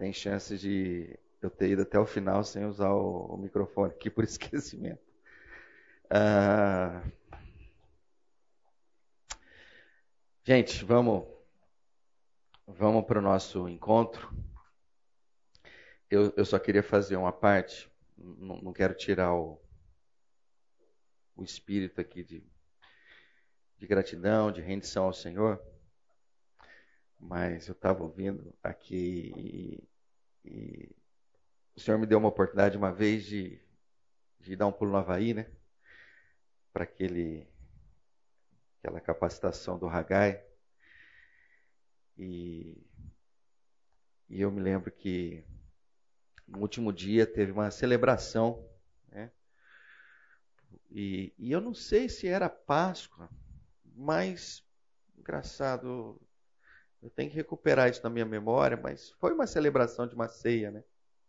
tem chance de eu ter ido até o final sem usar o microfone aqui por esquecimento. Gente, vamos para o nosso encontro. Eu só queria fazer uma parte, não quero tirar o espírito aqui de gratidão, de rendição ao Senhor, mas eu estava ouvindo aqui e o Senhor me deu uma oportunidade uma vez de dar um pulo no Havaí, né? Para aquela capacitação do Haggai. E eu me lembro que no último dia teve uma celebração, né? E eu não sei se era Páscoa, mas, engraçado, eu tenho que recuperar isso na minha memória, mas foi uma celebração de uma ceia, né?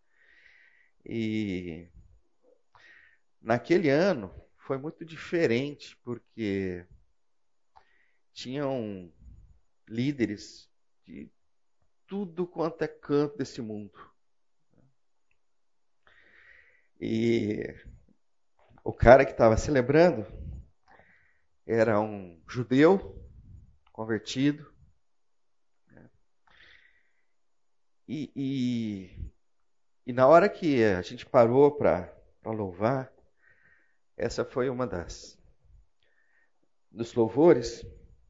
E naquele ano foi muito diferente, porque tinham líderes de tudo quanto é canto desse mundo. E o cara que estava celebrando era um judeu convertido. E na hora que a gente parou para louvar, essa foi uma dos louvores.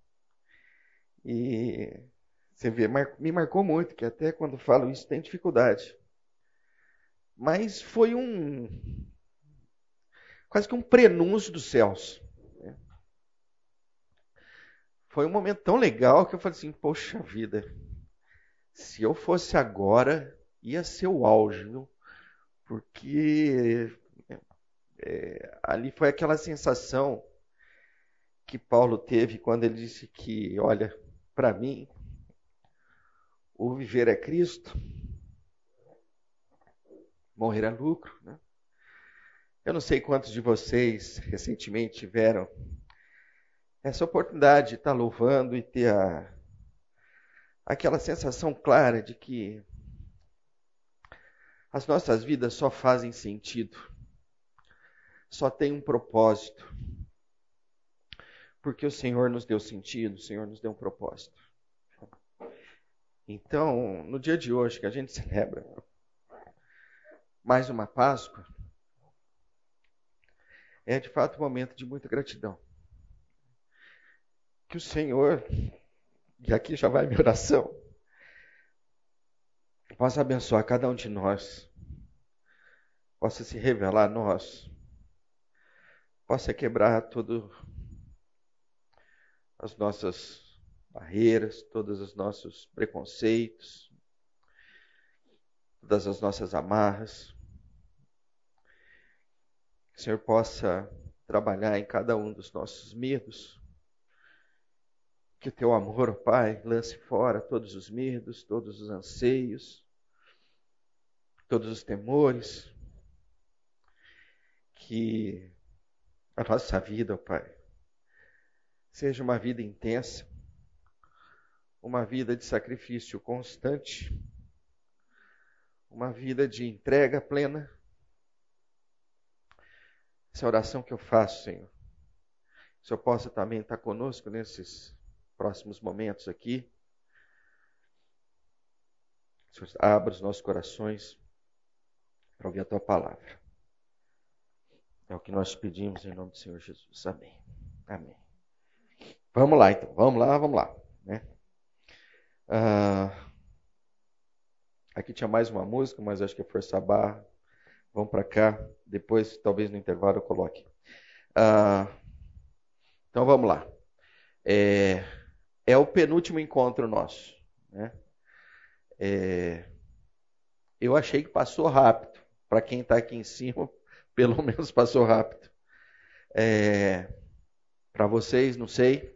E você vê, me marcou muito, que até quando falo isso tem dificuldade. Mas foi quase que um prenúncio dos céus. Foi um momento tão legal que eu falei assim, poxa vida, se eu fosse agora, ia ser o auge, viu? Porque ali foi aquela sensação que Paulo teve quando ele disse que, olha, para mim, o viver é Cristo, morrer é lucro, né? Eu não sei quantos de vocês recentemente tiveram essa oportunidade de estar louvando e ter aquela sensação clara de que as nossas vidas só fazem sentido, só tem um propósito, porque o Senhor nos deu sentido, o Senhor nos deu um propósito. Então, no dia de hoje que a gente celebra mais uma Páscoa, é de fato um momento de muita gratidão. Que o Senhor, e aqui já vai a minha oração, possa abençoar cada um de nós, possa se revelar a nós, possa quebrar todas as nossas barreiras, todos os nossos preconceitos, todas as nossas amarras. Que o Senhor possa trabalhar em cada um dos nossos medos. Que o teu amor, ó Pai, lance fora todos os medos, todos os anseios, todos os temores. Que a nossa vida, ó Pai, seja uma vida intensa, uma vida de sacrifício constante, uma vida de entrega plena. Essa oração que eu faço, Senhor, que o Senhor possa também estar conosco nesses próximos momentos aqui. Que o Senhor abra os nossos corações para ouvir a Tua palavra. É o que nós pedimos em nome do Senhor Jesus. Amém. Amém. Vamos lá, então. Vamos lá. Né? Aqui tinha mais uma música, mas acho que é Força Barra. Vamos para cá. Depois, talvez no intervalo, eu coloque. Então, vamos lá. É o penúltimo encontro nosso. Né? Eu achei que passou rápido. Para quem está aqui em cima, pelo menos passou rápido. Para vocês, não sei.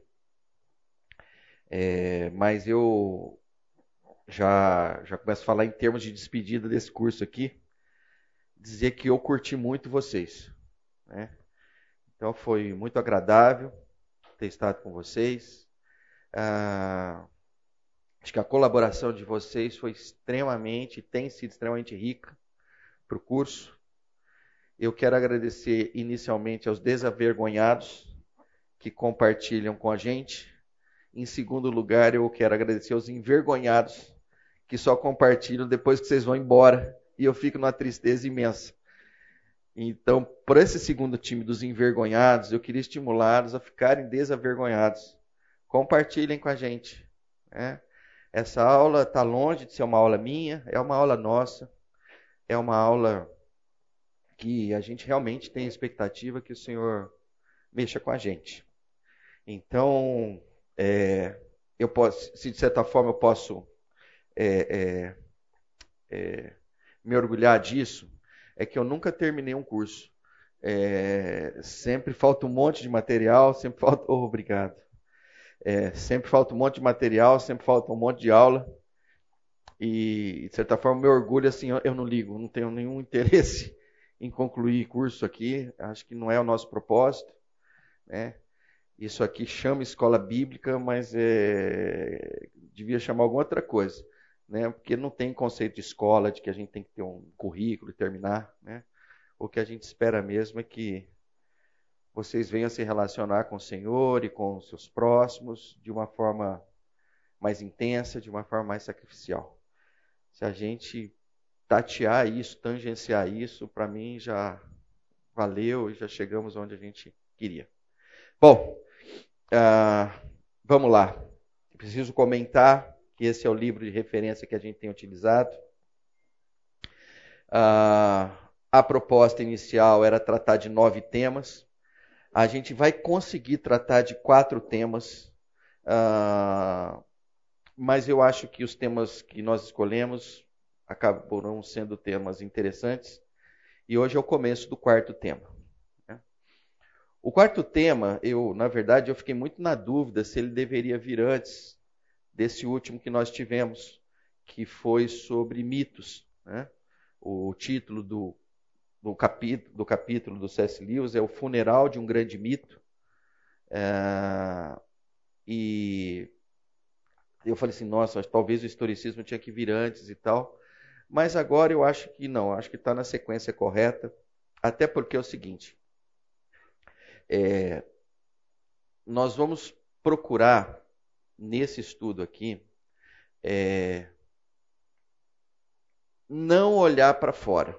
Mas eu já começo a falar em termos de despedida desse curso aqui. Dizer que eu curti muito vocês. Né? Então foi muito agradável ter estado com vocês. Acho que a colaboração de vocês foi tem sido extremamente rica para o curso. Eu quero agradecer inicialmente aos desavergonhados que compartilham com a gente. Em segundo lugar, eu quero agradecer aos envergonhados que só compartilham depois que vocês vão embora. E eu fico numa tristeza imensa. Então, por esse segundo time dos envergonhados, eu queria estimulá-los a ficarem desavergonhados. Compartilhem com a gente, né? Essa aula está longe de ser uma aula minha, é uma aula nossa. É uma aula que a gente realmente tem expectativa que o Senhor mexa com a gente. Então, eu posso, se de certa forma eu posso me orgulhar disso, é que eu nunca terminei um curso. Sempre falta um monte de material, sempre falta... Oh, obrigado. Sempre falta um monte de material, sempre falta um monte de aula. E, de certa forma, meu orgulho, assim, eu não ligo, não tenho nenhum interesse em concluir curso aqui. Acho que não é o nosso propósito, né? Isso aqui chama escola bíblica, mas devia chamar alguma outra coisa, né? Porque não tem conceito de escola, de que a gente tem que ter um currículo e terminar, né? O que a gente espera mesmo é que vocês venham se relacionar com o Senhor e com os seus próximos de uma forma mais intensa, de uma forma mais sacrificial. Se a gente tatear isso, tangenciar isso, para mim já valeu e já chegamos onde a gente queria. Bom, vamos lá. Preciso comentar que esse é o livro de referência que a gente tem utilizado. A proposta inicial era tratar de 9 temas. A gente vai conseguir tratar de 4 temas, mas eu acho que os temas que nós escolhemos acabarão sendo temas interessantes. E hoje é o começo do 4º tema. O 4º tema, na verdade, eu fiquei muito na dúvida se ele deveria vir antes desse último que nós tivemos, que foi sobre mitos, né? O título do capítulo do C.S. Lewis é O Funeral de um Grande Mito. E eu falei assim, nossa, talvez o historicismo tinha que vir antes e tal. Mas agora eu acho que não, acho que está na sequência correta. Até porque é o seguinte, nós vamos procurar, nesse estudo aqui, não olhar para fora.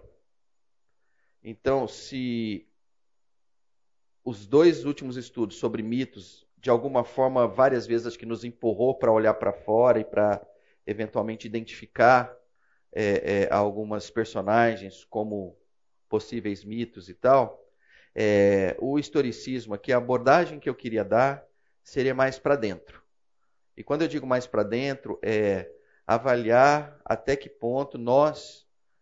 Então, se os 2 últimos estudos sobre mitos, de alguma forma, várias vezes acho que nos empurrou para olhar para fora e para, eventualmente, identificar algumas personagens como possíveis mitos e tal, o historicismo aqui, a abordagem que eu queria dar seria mais para dentro. E quando eu digo mais para dentro, é avaliar até que ponto nós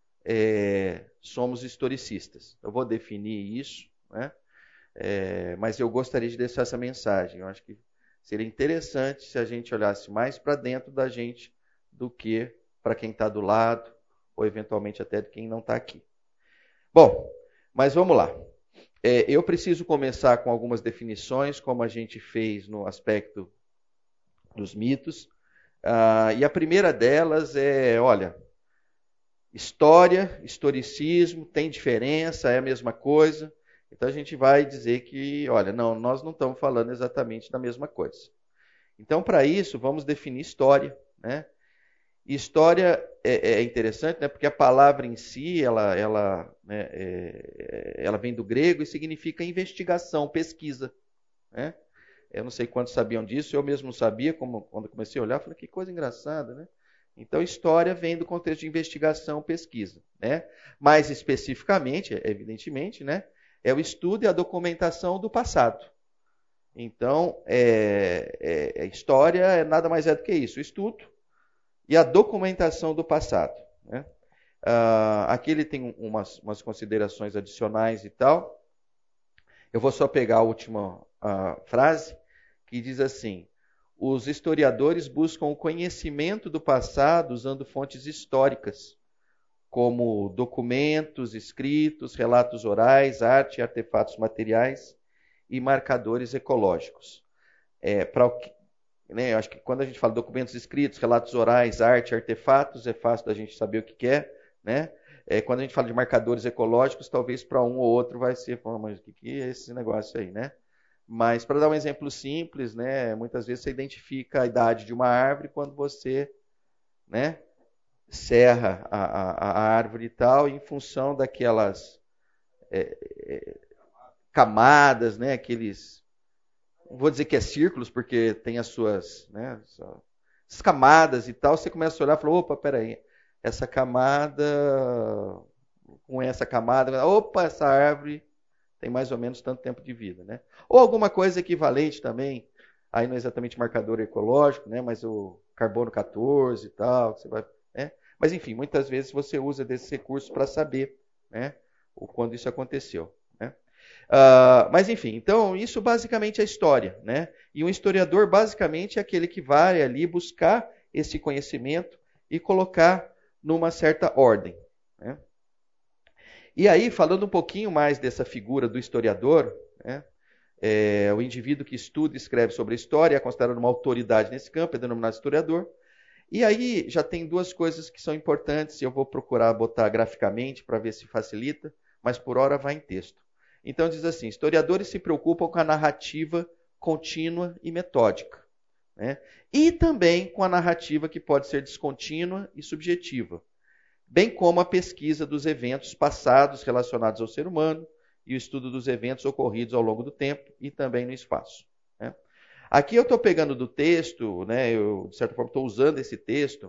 somos historicistas. Eu vou definir isso, né? Mas eu gostaria de deixar essa mensagem. Eu acho que seria interessante se a gente olhasse mais para dentro da gente do que para quem está do lado, ou eventualmente até de quem não está aqui. Bom, mas vamos lá. Eu preciso começar com algumas definições, como a gente fez no aspecto dos mitos. E a primeira delas é, olha, história, historicismo, tem diferença, é a mesma coisa. Então a gente vai dizer que, olha, não, nós não estamos falando exatamente da mesma coisa. Então, para isso, vamos definir história, né? E história é interessante, né? Porque a palavra em si, ela vem do grego e significa investigação, pesquisa, né? Eu não sei quantos sabiam disso, eu mesmo não sabia, quando comecei a olhar, falei, que coisa engraçada, né? Então, história vem do contexto de investigação, pesquisa, né? Mais especificamente, evidentemente, né? É o estudo e a documentação do passado. Então, história nada mais é do que isso, o estudo e a documentação do passado, né? Aqui ele tem umas considerações adicionais e tal. Eu vou só pegar a última frase, que diz assim: os historiadores buscam o conhecimento do passado usando fontes históricas, como documentos, escritos, relatos orais, arte, artefatos materiais e marcadores ecológicos. né? Eu acho que quando a gente fala documentos escritos, relatos orais, arte, artefatos, é fácil da gente saber o que é, né? Quando a gente fala de marcadores ecológicos, talvez para um ou outro vai ser, mas o que é esse negócio aí, né? Mas para dar um exemplo simples, né? Muitas vezes você identifica a idade de uma árvore quando você, né, serra a árvore e tal, em função daquelas camadas, né? Aqueles, não vou dizer que é círculos, porque tem as suas, né, as camadas e tal, você começa a olhar e fala, opa, peraí, essa camada com essa camada, opa, essa árvore tem mais ou menos tanto tempo de vida, né? Ou alguma coisa equivalente também, aí não é exatamente marcador ecológico, né, mas o carbono 14 e tal, você vai, né? Mas enfim, muitas vezes você usa desses recursos para saber, né, quando isso aconteceu, né? Mas enfim, então isso basicamente é história, né? E um historiador basicamente é aquele que vai ali buscar esse conhecimento e colocar numa certa ordem, né? E aí, falando um pouquinho mais dessa figura do historiador, né? O indivíduo que estuda e escreve sobre a história é considerado uma autoridade nesse campo, é denominado historiador. E aí já tem duas coisas que são importantes, eu vou procurar botar graficamente para ver se facilita, mas por hora vai em texto. Então diz assim, historiadores se preocupam com a narrativa contínua e metódica, né? E também com a narrativa que pode ser descontínua e subjetiva, bem como a pesquisa dos eventos passados relacionados ao ser humano e o estudo dos eventos ocorridos ao longo do tempo e também no espaço, né? Aqui eu estou pegando do texto, né, eu de certa forma estou usando esse texto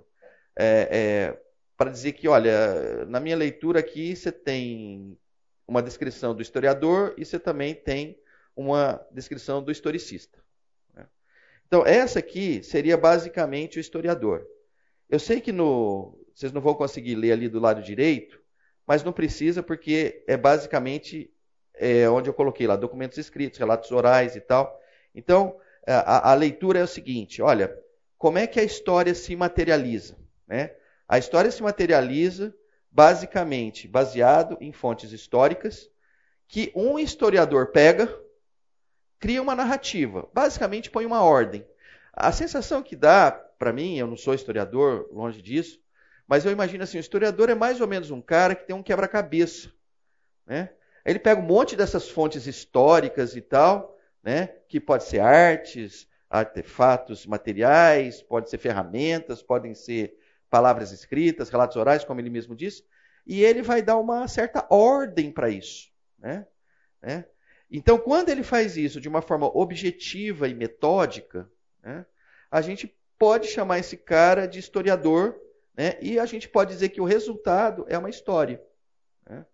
para dizer que, olha, na minha leitura aqui você tem uma descrição do historiador e você também tem uma descrição do historicista, né? Então, essa aqui seria basicamente o historiador. Eu sei que vocês não vão conseguir ler ali do lado direito, mas não precisa porque é basicamente onde eu coloquei lá, documentos escritos, relatos orais e tal. Então, a leitura é o seguinte, olha, como é que a história se materializa, né? A história se materializa basicamente baseado em fontes históricas que um historiador pega, cria uma narrativa, basicamente põe uma ordem. A sensação que dá, para mim, eu não sou historiador, longe disso, mas eu imagino assim, o historiador é mais ou menos um cara que tem um quebra-cabeça, né? Ele pega um monte dessas fontes históricas e tal, né, que pode ser artes, artefatos materiais, pode ser ferramentas, podem ser palavras escritas, relatos orais, como ele mesmo disse, e ele vai dar uma certa ordem para isso, né? Então, quando ele faz isso de uma forma objetiva e metódica, né, a gente pode chamar esse cara de historiador, né, e a gente pode dizer que o resultado é uma história, né?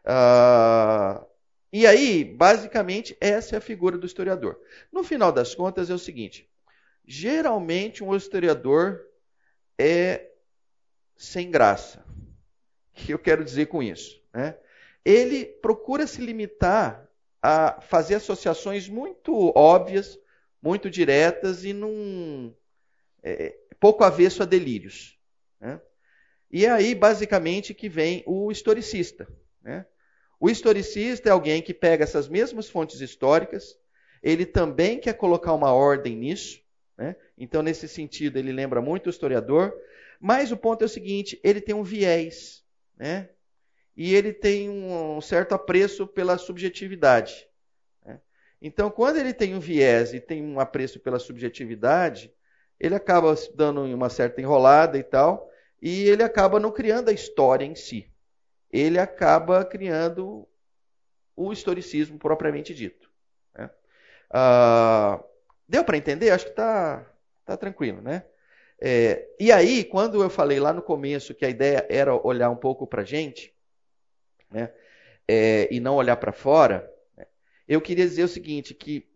E aí, basicamente, essa é a figura do historiador. No final das contas, é o seguinte, geralmente um historiador é sem graça. O que eu quero dizer com isso, né? Ele procura se limitar a fazer associações muito óbvias, muito diretas e pouco avesso a delírios, né? E é aí, basicamente, que vem o historicista, né? O historicista é alguém que pega essas mesmas fontes históricas, ele também quer colocar uma ordem nisso, né? Então, nesse sentido, ele lembra muito o historiador, mas o ponto é o seguinte, ele tem um viés, né? E ele tem um certo apreço pela subjetividade, né? Então, quando ele tem um viés e tem um apreço pela subjetividade, ele acaba dando uma certa enrolada e tal, e ele acaba não criando a história em si. Ele acaba criando o historicismo propriamente dito, né? Deu para entender? Acho que tá tranquilo, né? E aí, quando eu falei lá no começo que a ideia era olhar um pouco para a gente, né, e não olhar para fora, né, eu queria dizer o seguinte, que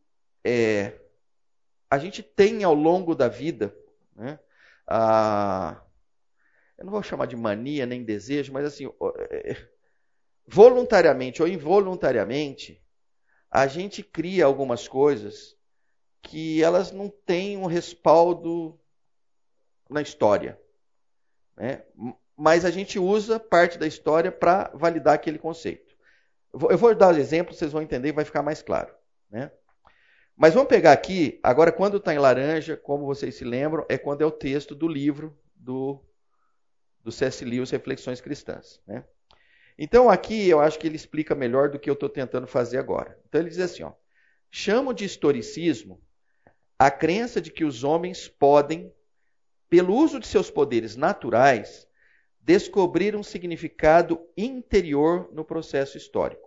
a gente tem ao longo da vida, né, eu não vou chamar de mania nem desejo, mas assim, voluntariamente ou involuntariamente, a gente cria algumas coisas que elas não têm um respaldo na história, né? Mas a gente usa parte da história para validar aquele conceito. Eu vou dar exemplos, vocês vão entender e vai ficar mais claro, né? Mas vamos pegar aqui, agora quando está em laranja, como vocês se lembram, é quando é o texto do livro do C.S. Lewis, Reflexões Cristãs, né? Então aqui eu acho que ele explica melhor do que eu estou tentando fazer agora. Então ele diz assim, ó, chamo de historicismo a crença de que os homens podem, pelo uso de seus poderes naturais, descobrir um significado interior no processo histórico.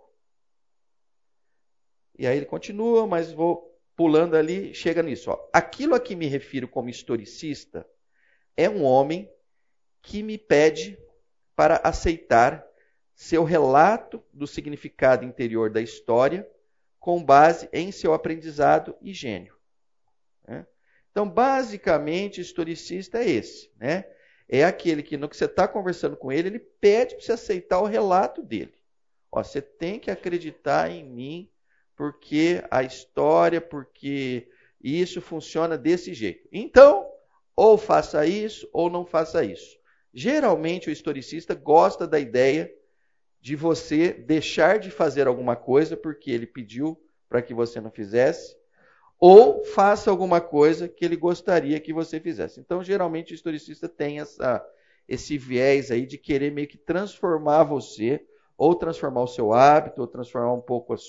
E aí ele continua, mas vou pulando ali, chega nisso. Ó. Aquilo a que me refiro como historicista é um homem que me pede para aceitar seu relato do significado interior da história com base em seu aprendizado e gênio. Né? Então, basicamente, o historicista é esse. Né? É aquele que, no que você está conversando com ele, ele pede para você aceitar o relato dele. Ó, você tem que acreditar em mim, porque a história, porque isso funciona desse jeito. Então, ou faça isso, ou não faça isso. Geralmente, o historicista gosta da ideia de você deixar de fazer alguma coisa porque ele pediu para que você não fizesse, ou faça alguma coisa que ele gostaria que você fizesse. Então, geralmente, o historicista tem esse viés aí de querer meio que transformar você, ou transformar o seu hábito, ou transformar um pouco as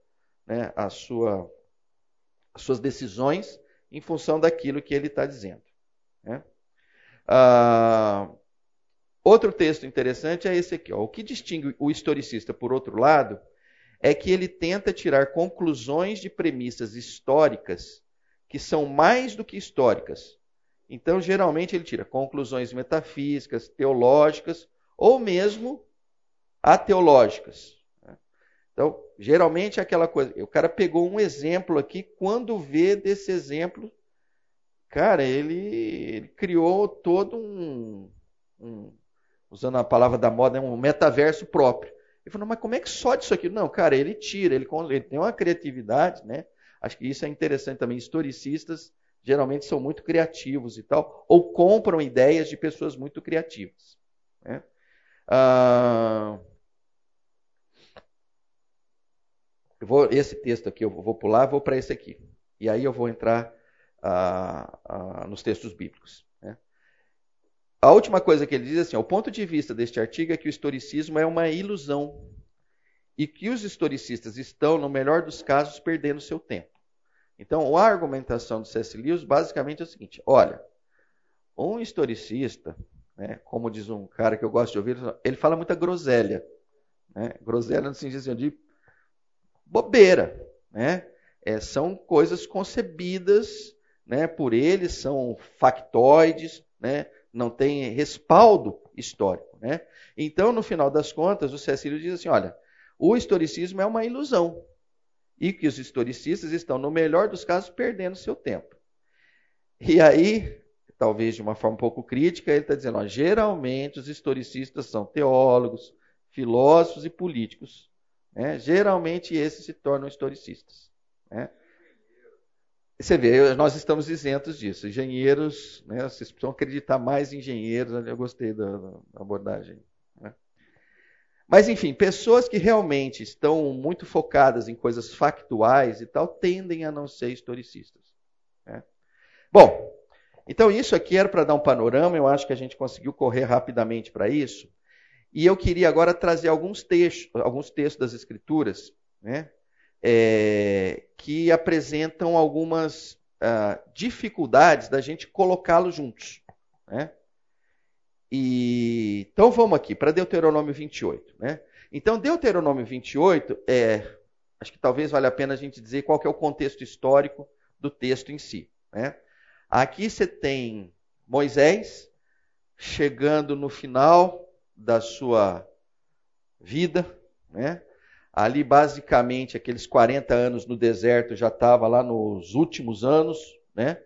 suas decisões em função daquilo que ele está dizendo. Né? Outro texto interessante é esse aqui. Ó. O que distingue o historicista, por outro lado, é que ele tenta tirar conclusões de premissas históricas que são mais do que históricas. Então, geralmente, ele tira conclusões metafísicas, teológicas ou mesmo ateológicas. Então, geralmente é aquela coisa. O cara pegou um exemplo aqui, quando vê desse exemplo, cara, ele criou todo usando a palavra da moda, um metaverso próprio. Ele falou, mas como é que só disso aqui? Não, cara, ele tira, ele tem uma criatividade, né? Acho que isso é interessante também. Historicistas geralmente são muito criativos e tal, ou compram ideias de pessoas muito criativas. Né? Esse texto aqui eu vou pular, vou para esse aqui. E aí eu vou entrar nos textos bíblicos. Né? A última coisa que ele diz é assim, o ponto de vista deste artigo é que o historicismo é uma ilusão e que os historicistas estão, no melhor dos casos, perdendo seu tempo. Então, a argumentação do C.S. Lewis basicamente é o seguinte, olha, um historicista, né, como diz um cara que eu gosto de ouvir, ele fala muita groselha. Né? Groselha no sentido de bobeira. Né? São coisas concebidas, né, por eles, são factoides, né? Não tem respaldo histórico. Né? Então, no final das contas, o C.S. Lewis diz assim, olha, o historicismo é uma ilusão e que os historicistas estão, no melhor dos casos, perdendo seu tempo. E aí, talvez de uma forma um pouco crítica, ele está dizendo, ó, geralmente os historicistas são teólogos, filósofos e políticos. Né? Geralmente esses se tornam historicistas. Né? Você vê, nós estamos isentos disso. Engenheiros, né, vocês precisam acreditar mais em engenheiros. Eu gostei da abordagem. Né? Mas, enfim, pessoas que realmente estão muito focadas em coisas factuais e tal, tendem a não ser historicistas. Né? Bom, então isso aqui era para dar um panorama. Eu acho que a gente conseguiu correr rapidamente para isso. E eu queria agora trazer alguns textos das Escrituras, né? Que apresentam algumas dificuldades da gente colocá-los juntos. Né? Então vamos aqui para Deuteronômio 28. Né? Então Deuteronômio 28, acho que talvez valha a pena a gente dizer qual que é o contexto histórico do texto em si. Né? Aqui você tem Moisés chegando no final da sua vida, né? Ali, basicamente, aqueles 40 anos no deserto já estava lá nos últimos anos. Né?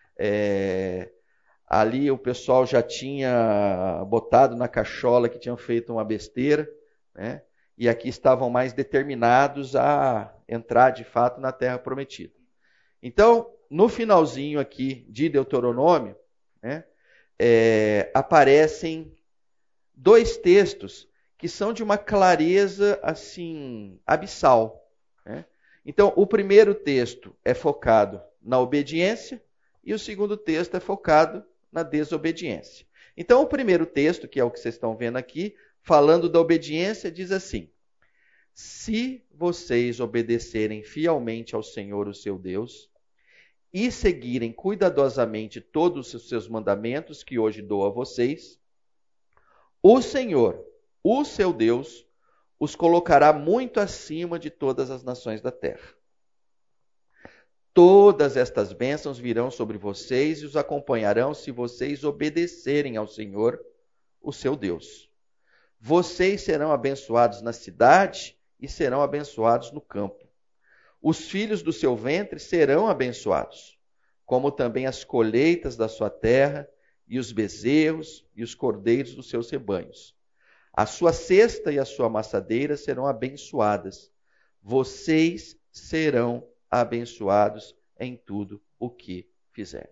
Ali o pessoal já tinha botado na cachola que tinham feito uma besteira. Né? E aqui estavam mais determinados a entrar, de fato, na Terra Prometida. Então, no finalzinho aqui de Deuteronômio, né, aparecem dois textos que são de uma clareza assim abissal. Né? Então, o primeiro texto é focado na obediência e o segundo texto é focado na desobediência. Então, o primeiro texto, que é o que vocês estão vendo aqui, falando da obediência, diz assim: se vocês obedecerem fielmente ao Senhor, o seu Deus, e seguirem cuidadosamente todos os seus mandamentos que hoje dou a vocês, o Senhor, o seu Deus, os colocará muito acima de todas as nações da terra. Todas estas bênçãos virão sobre vocês e os acompanharão se vocês obedecerem ao Senhor, o seu Deus. Vocês serão abençoados na cidade e serão abençoados no campo. Os filhos do seu ventre serão abençoados, como também as colheitas da sua terra e os bezerros e os cordeiros dos seus rebanhos. A sua cesta e a sua amassadeira serão abençoadas. Vocês serão abençoados em tudo o que fizerem.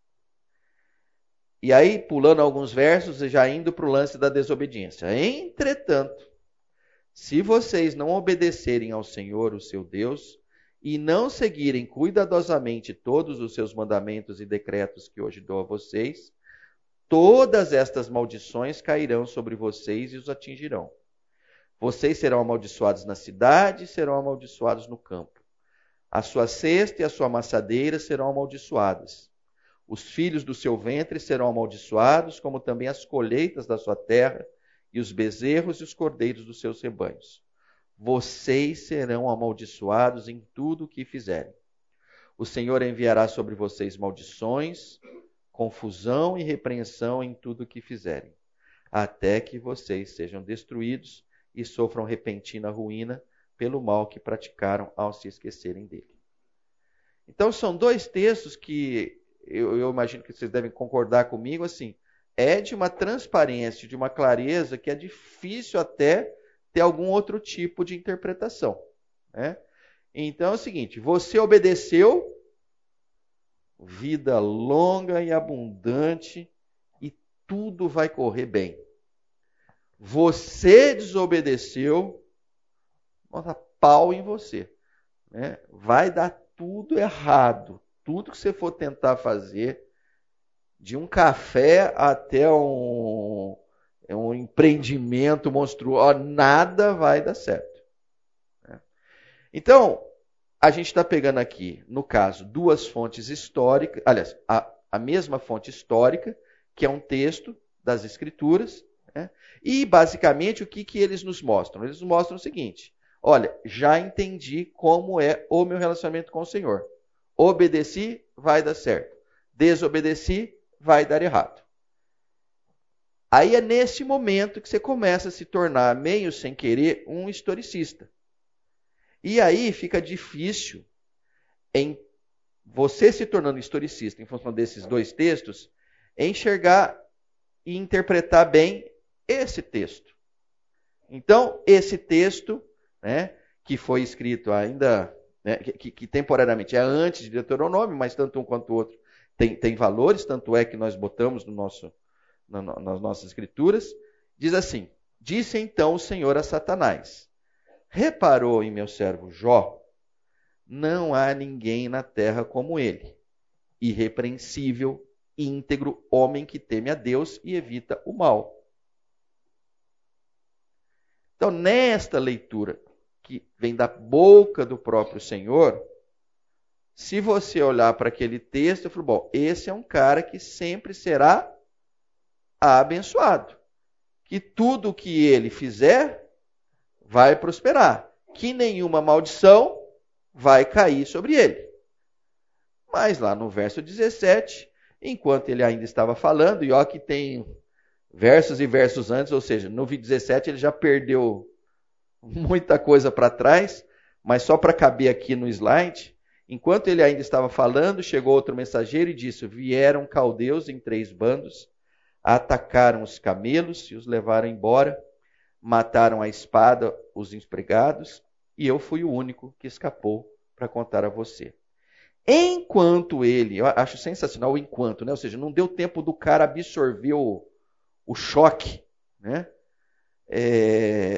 E aí, pulando alguns versos e já indo para o lance da desobediência. Entretanto, se vocês não obedecerem ao Senhor, o seu Deus, e não seguirem cuidadosamente todos os seus mandamentos e decretos que hoje dou a vocês, todas estas maldições cairão sobre vocês e os atingirão. Vocês serão amaldiçoados na cidade e serão amaldiçoados no campo. A sua cesta e a sua amassadeira serão amaldiçoadas. Os filhos do seu ventre serão amaldiçoados, como também as colheitas da sua terra, e os bezerros e os cordeiros dos seus rebanhos. Vocês serão amaldiçoados em tudo o que fizerem. O Senhor enviará sobre vocês maldições, confusão e repreensão em tudo o que fizerem, até que vocês sejam destruídos e sofram repentina ruína pelo mal que praticaram ao se esquecerem dele. Então, são dois textos que eu imagino que vocês devem concordar comigo, assim, é de uma transparência, de uma clareza que é difícil até ter algum outro tipo de interpretação, né? Então é o seguinte: você obedeceu, vida longa e abundante, e tudo vai correr bem. Você desobedeceu, bota pau em você, né? Vai dar tudo errado. Tudo que você for tentar fazer, de um café até um empreendimento monstruoso, nada vai dar certo. Então, a gente está pegando aqui, no caso, duas fontes históricas, aliás, a mesma fonte histórica, que é um texto das Escrituras, né? E, basicamente, o que eles nos mostram? Eles nos mostram o seguinte: olha, já entendi como é o meu relacionamento com o Senhor. Obedeci, vai dar certo. Desobedeci, vai dar errado. Aí é nesse momento que você começa a se tornar, meio sem querer, um historicista. E aí fica difícil, em você se tornando historicista, em função desses dois textos, enxergar e interpretar bem esse texto. Então, esse texto, né, que foi escrito ainda, né, que temporariamente é antes de Deuteronômio, mas tanto um quanto o outro tem valores, tanto é que nós botamos nas nossas escrituras, diz assim: disse então o Senhor a Satanás: reparou em meu servo Jó? Não há ninguém na terra como ele, irrepreensível, íntegro, homem que teme a Deus e evita o mal. Então, nesta leitura, que vem da boca do próprio Senhor, se você olhar para aquele texto, eu falo, bom, esse é um cara que sempre será abençoado. Que tudo que ele fizer vai prosperar. Que nenhuma maldição vai cair sobre ele. Mas lá no verso 17, enquanto ele ainda estava falando, e ó que tem versos e versos antes, ou seja, no 17 ele já perdeu muita coisa para trás, mas só para caber aqui no slide, enquanto ele ainda estava falando, chegou outro mensageiro e disse: vieram caldeus em 3 bandos, atacaram os camelos e os levaram embora, mataram à espada os empregados, e eu fui o único que escapou para contar a você. Enquanto ele, eu acho sensacional o enquanto, né? Ou seja, não deu tempo do cara absorver o choque, né?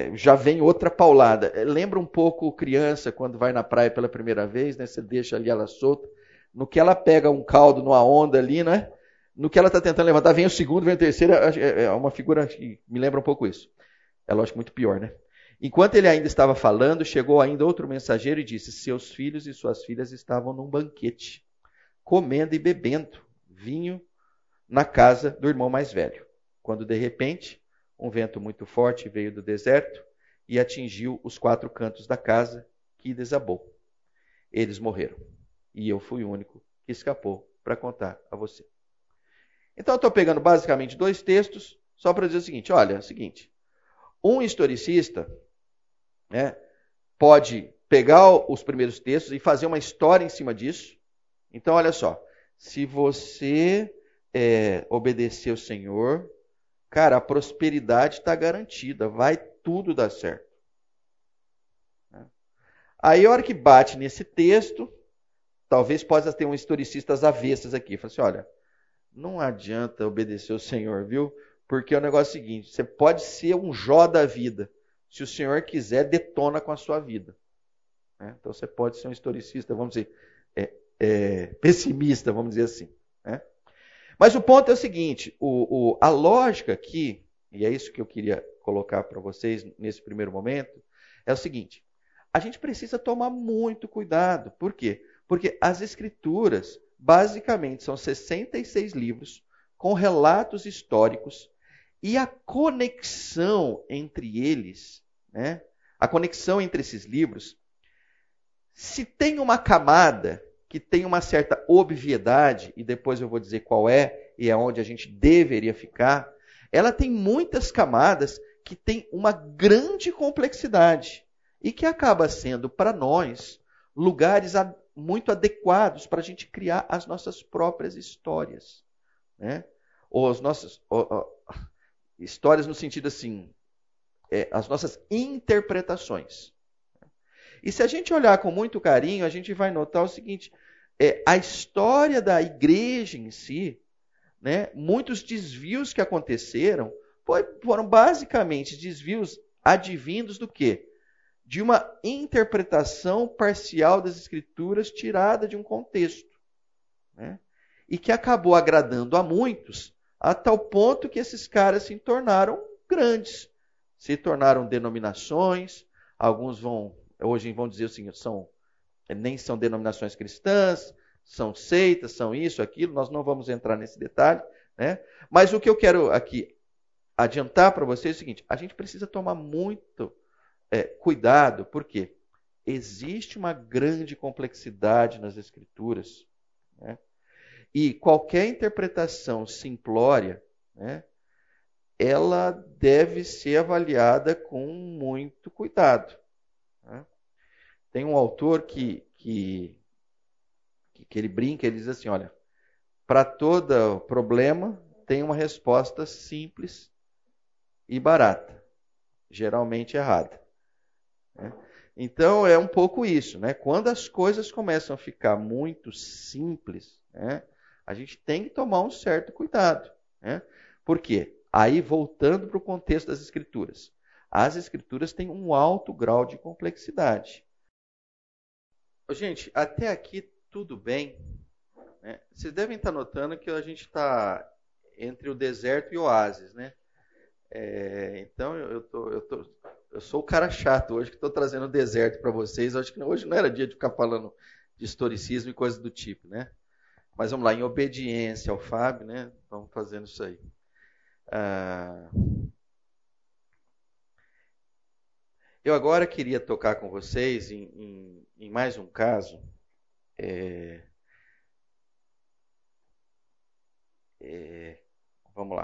já vem outra paulada. Lembra um pouco criança quando vai na praia pela primeira vez, né? Você deixa ali ela solta. No que ela pega um caldo numa onda ali, né? No que ela está tentando levantar, vem o segundo, vem o terceiro. É uma figura que me lembra um pouco isso. É lógico muito pior, né? Enquanto ele ainda estava falando, chegou ainda outro mensageiro e disse: seus filhos e suas filhas estavam num banquete, comendo e bebendo vinho na casa do irmão mais velho. Quando de repente, um vento muito forte veio do deserto e atingiu os 4 cantos da casa, que desabou. Eles morreram. E eu fui o único que escapou para contar a você. Então eu estou pegando basicamente 2 textos, só para dizer o seguinte: olha, é o seguinte, um historicista, né, pode pegar os primeiros textos e fazer uma história em cima disso. Então olha só, se você obedecer o Senhor, cara, a prosperidade está garantida, vai tudo dar certo. Aí a hora que bate nesse texto, talvez possa ter um historicista às avessas aqui. Fala assim, olha, não adianta obedecer o Senhor, viu? Porque o negócio é o seguinte, você pode ser um Jó da vida. Se o Senhor quiser, detona com a sua vida. Então você pode ser um historicista, vamos dizer, pessimista, vamos dizer assim. Mas o ponto é o seguinte, a lógica aqui, e é isso que eu queria colocar para vocês nesse primeiro momento, é o seguinte, a gente precisa tomar muito cuidado. Por quê? Porque as Escrituras, basicamente, são 66 livros com relatos históricos e a conexão entre eles, né? A conexão entre esses livros, se tem uma camada que tem uma certa obviedade, e depois eu vou dizer qual é, e é onde a gente deveria ficar, ela tem muitas camadas que tem uma grande complexidade e que acaba sendo, para nós, lugares muito adequados para a gente criar as nossas próprias histórias. Né? Ou as nossas histórias no sentido assim, as nossas interpretações. E se a gente olhar com muito carinho, a gente vai notar o seguinte, a história da igreja em si, né, muitos desvios que aconteceram, foram basicamente desvios advindos do quê? De uma interpretação parcial das Escrituras tirada de um contexto. Né? E que acabou agradando a muitos, a tal ponto que esses caras se tornaram grandes. Se tornaram denominações, alguns hoje vão dizer assim, nem são denominações cristãs, são seitas, são isso, aquilo, nós não vamos entrar nesse detalhe. Né? Mas o que eu quero aqui adiantar para vocês é o seguinte, a gente precisa tomar muito cuidado, porque existe uma grande complexidade nas Escrituras, né? E qualquer interpretação simplória, né, ela deve ser avaliada com muito cuidado. Né? Tem um autor que ele brinca, ele diz assim, olha, para todo problema tem uma resposta simples e barata, geralmente errada. Então é um pouco isso, né? Quando as coisas começam a ficar muito simples, né, a gente tem que tomar um certo cuidado. Né? Por quê? Aí voltando para o contexto das Escrituras. As Escrituras têm um alto grau de complexidade. Gente, até aqui tudo bem. Né? Vocês devem estar notando que a gente está entre o deserto e o oásis, né? Então eu sou o cara chato hoje que estou trazendo o deserto para vocês. Eu acho que hoje não era dia de ficar falando de historicismo e coisas do tipo, né? Mas vamos lá, em obediência ao Fábio, né? Vamos fazendo isso aí. Eu agora queria tocar com vocês em mais um caso. Vamos lá.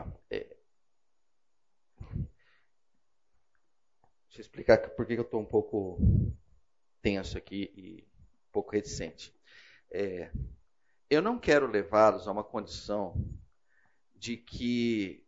Deixa eu explicar por que eu estou um pouco tenso aqui e um pouco reticente. Eu não quero levá-los a uma condição de que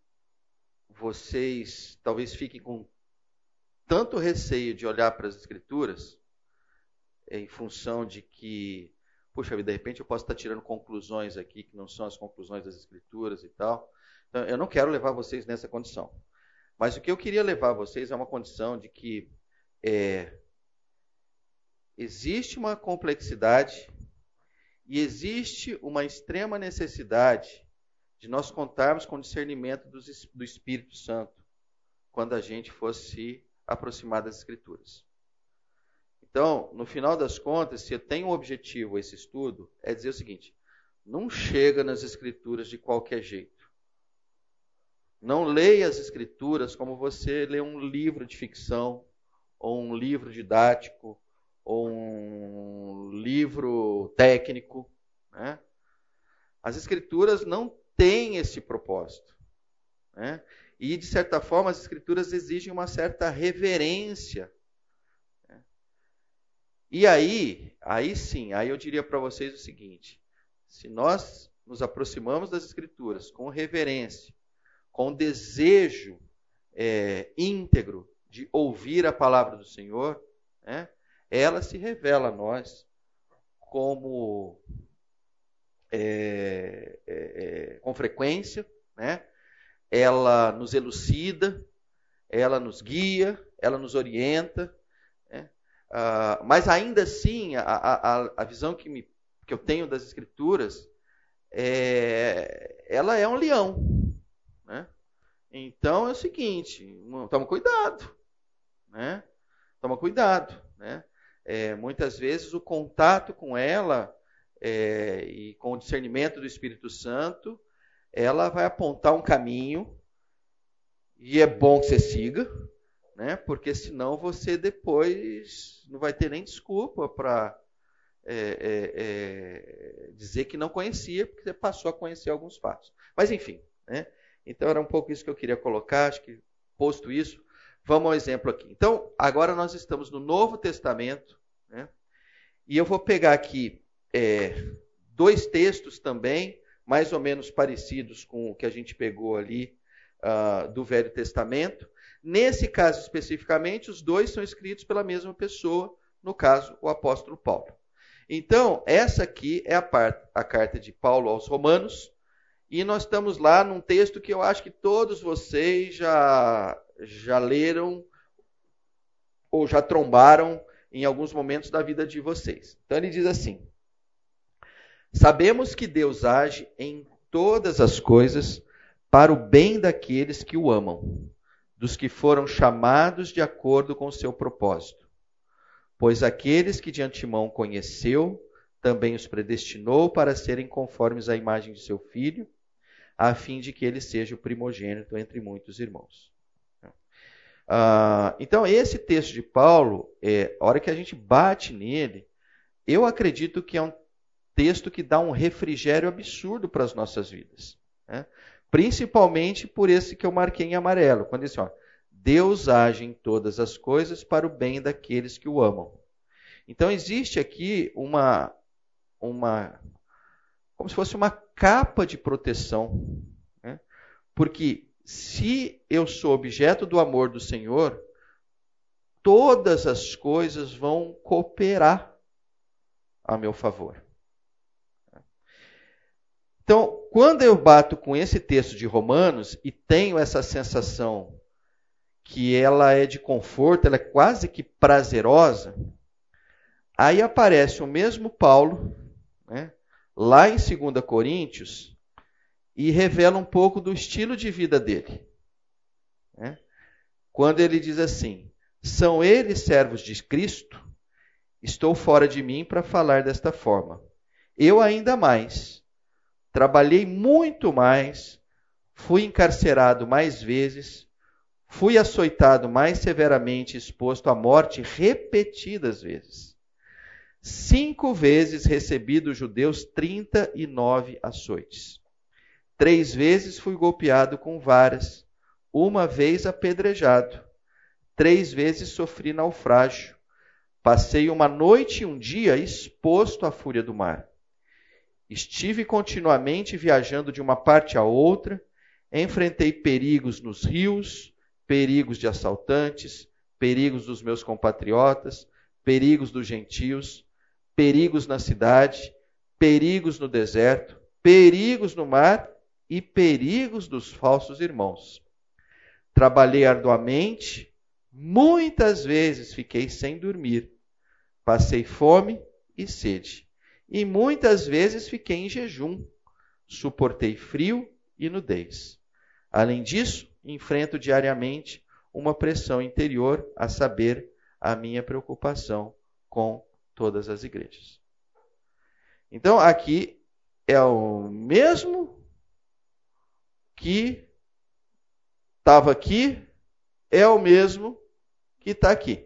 vocês talvez fiquem com tanto receio de olhar para as Escrituras em função de que, puxa vida, de repente eu posso estar tirando conclusões aqui que não são as conclusões das Escrituras e tal. Então, eu não quero levar vocês nessa condição. Mas o que eu queria levar vocês é uma condição de que existe uma complexidade e existe uma extrema necessidade de nós contarmos com o discernimento do Espírito Santo quando a gente fosse se aproximar das Escrituras. Então, no final das contas, se eu tenho um objetivo esse estudo, é dizer o seguinte: não chega nas Escrituras de qualquer jeito. Não leia as Escrituras como você lê um livro de ficção, ou um livro didático, ou um livro técnico, né? As Escrituras não têm esse propósito, né? E, de certa forma, as Escrituras exigem uma certa reverência. E aí sim, aí eu diria para vocês o seguinte: se nós nos aproximamos das Escrituras com reverência, com desejo íntegro de ouvir a palavra do Senhor, né, ela se revela a nós como com frequência, né? Ela nos elucida, ela nos guia, ela nos orienta, né? Mas ainda assim, a visão que eu tenho das Escrituras, ela é um leão, né? Então é o seguinte: toma cuidado, né? Toma cuidado, né? Muitas vezes o contato com ela e com o discernimento do Espírito Santo, ela vai apontar um caminho, e é bom que você siga, né? Porque senão você depois não vai ter nem desculpa para dizer que não conhecia, porque você passou a conhecer alguns fatos. Mas enfim, né? Então era um pouco isso que eu queria colocar. Acho que, posto isso, vamos ao exemplo aqui. Então, agora nós estamos no Novo Testamento, né? E eu vou pegar aqui dois textos também, mais ou menos parecidos com o que a gente pegou ali do Velho Testamento. Nesse caso especificamente, os dois são escritos pela mesma pessoa, no caso, o apóstolo Paulo. Então, essa aqui é a carta de Paulo aos Romanos, e nós estamos lá num texto que eu acho que todos vocês já leram ou já trombaram em alguns momentos da vida de vocês. Então ele diz assim: sabemos que Deus age em todas as coisas para o bem daqueles que o amam, dos que foram chamados de acordo com o seu propósito. Pois aqueles que de antemão conheceu, também os predestinou para serem conformes à imagem de seu Filho, a fim de que ele seja o primogênito entre muitos irmãos. Então, esse texto de Paulo, a hora que a gente bate nele, eu acredito que é um texto que dá um refrigério absurdo para as nossas vidas, né? Principalmente por esse que eu marquei em amarelo, quando diz assim: Deus age em todas as coisas para o bem daqueles que o amam. Então existe aqui como se fosse uma capa de proteção, né? Porque se eu sou objeto do amor do Senhor, todas as coisas vão cooperar a meu favor. Então, quando eu bato com esse texto de Romanos e tenho essa sensação que ela é de conforto, ela é quase que prazerosa, aí aparece o mesmo Paulo, né, lá em 2 Coríntios, e revela um pouco do estilo de vida dele, né? Quando ele diz assim: são eles servos de Cristo? Estou fora de mim para falar desta forma. Eu ainda mais. Trabalhei muito mais, fui encarcerado mais vezes, fui açoitado mais severamente, exposto à morte repetidas vezes. 5 vezes recebi dos judeus 39 açoites. 3 vezes fui golpeado com varas, 1 vez apedrejado. 3 vezes sofri naufrágio. Passei 1 noite e 1 dia exposto à fúria do mar. Estive continuamente viajando de uma parte a outra, enfrentei perigos nos rios, perigos de assaltantes, perigos dos meus compatriotas, perigos dos gentios, perigos na cidade, perigos no deserto, perigos no mar e perigos dos falsos irmãos. trabalhei arduamente, muitas vezes fiquei sem dormir, passei fome e sede, e muitas vezes fiquei em jejum, suportei frio e nudez. Além disso, enfrento diariamente uma pressão interior, a saber, a minha preocupação com todas as igrejas. Então, aqui é o mesmo que estava aqui, é o mesmo que está aqui.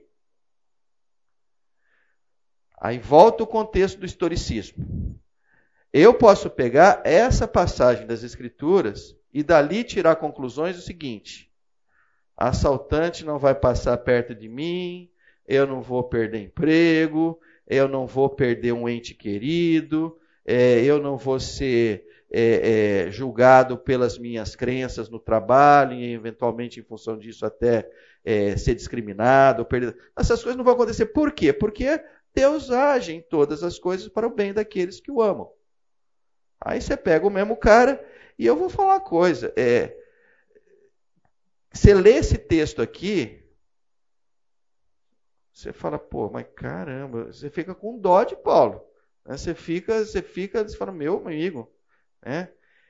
Aí volta o contexto do historicismo. Eu posso pegar essa passagem das Escrituras e dali tirar conclusões do seguinte: assaltante não vai passar perto de mim, eu não vou perder emprego, eu não vou perder um ente querido, eu não vou ser julgado pelas minhas crenças no trabalho e eventualmente em função disso até ser discriminado. Essas coisas não vão acontecer. Por quê? Porque Deus age em todas as coisas para o bem daqueles que o amam. Aí você pega o mesmo cara e eu vou falar uma coisa. Você lê esse texto aqui, você fala, pô, mas caramba, você fica com dó de Paulo. Né? Você fala, meu amigo, né?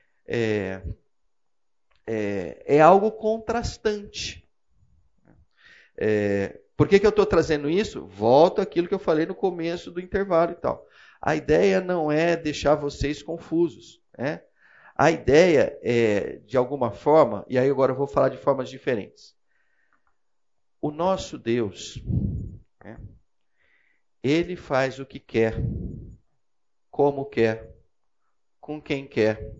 É algo contrastante. Por que eu estou trazendo isso? Volto àquilo que eu falei no começo do intervalo e tal. A ideia não é deixar vocês confusos. Né? A ideia é, de alguma forma, e aí agora eu vou falar de formas diferentes. O nosso Deus, né? Ele faz o que quer, como quer, com quem quer.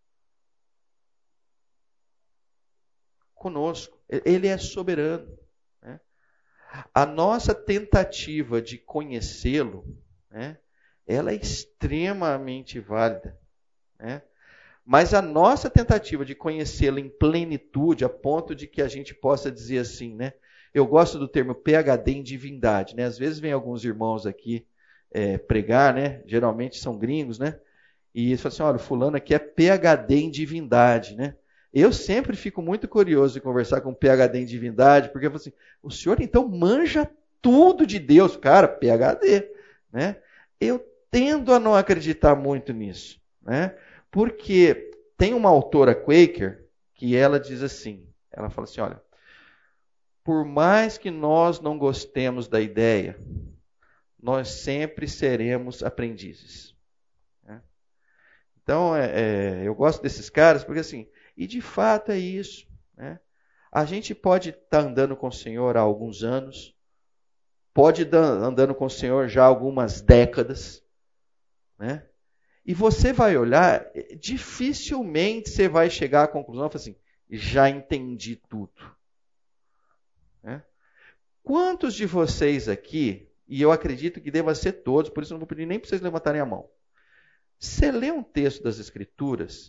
Conosco. Ele é soberano. Né? A nossa tentativa de conhecê-lo, né, ela é extremamente válida. Né? Mas a nossa tentativa de conhecê-lo em plenitude, a ponto de que a gente possa dizer assim, né? Eu gosto do termo PhD em divindade. Né? Às vezes vem alguns irmãos aqui pregar, né? Geralmente são gringos, né? E eles falam assim, olha, o fulano aqui é PhD em divindade, né? Eu sempre fico muito curioso de conversar com um PhD em divindade, porque eu falo assim, o senhor então manja tudo de Deus. Cara, PhD. Né? Eu tendo a não acreditar muito nisso. Né? Porque tem uma autora Quaker que ela diz assim, ela fala assim, olha, por mais que nós não gostemos da ideia, nós sempre seremos aprendizes. Né? Então, eu gosto desses caras porque assim, e de fato é isso. Né? A gente pode estar andando com o Senhor há alguns anos, pode estar andando com o Senhor já há algumas décadas, né? E você vai olhar, dificilmente você vai chegar à conclusão, assim, já entendi tudo. Né? Quantos de vocês aqui, e eu acredito que deva ser todos, por isso não vou pedir nem para vocês levantarem a mão. Você lê um texto das Escrituras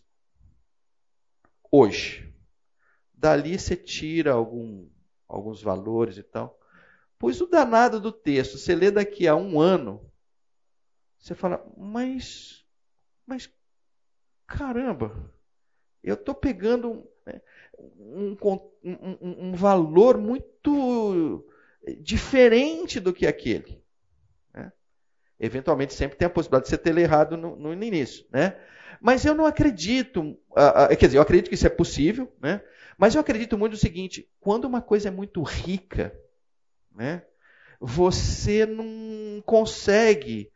hoje, dali você tira alguns valores e tal, pois o danado do texto, você lê daqui a um ano, você fala, mas caramba, eu estou pegando um valor muito diferente do que aquele. Né? Eventualmente sempre tem a possibilidade de você ter errado no início. Né? Mas eu não acredito, quer dizer, eu acredito que isso é possível, né? Mas eu acredito muito no seguinte, quando uma coisa é muito rica, né, você não consegue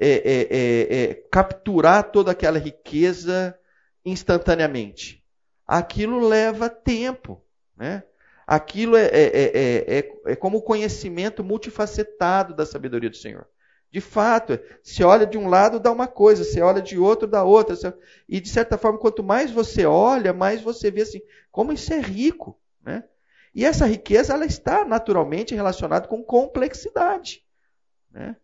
capturar toda aquela riqueza instantaneamente. Aquilo leva tempo. Né? Aquilo é como o conhecimento multifacetado da sabedoria do Senhor. De fato, se olha de um lado, dá uma coisa, se olha de outro, dá outra. E, de certa forma, quanto mais você olha, mais você vê assim, como isso é rico. Né? E essa riqueza ela está naturalmente relacionada com complexidade. Né?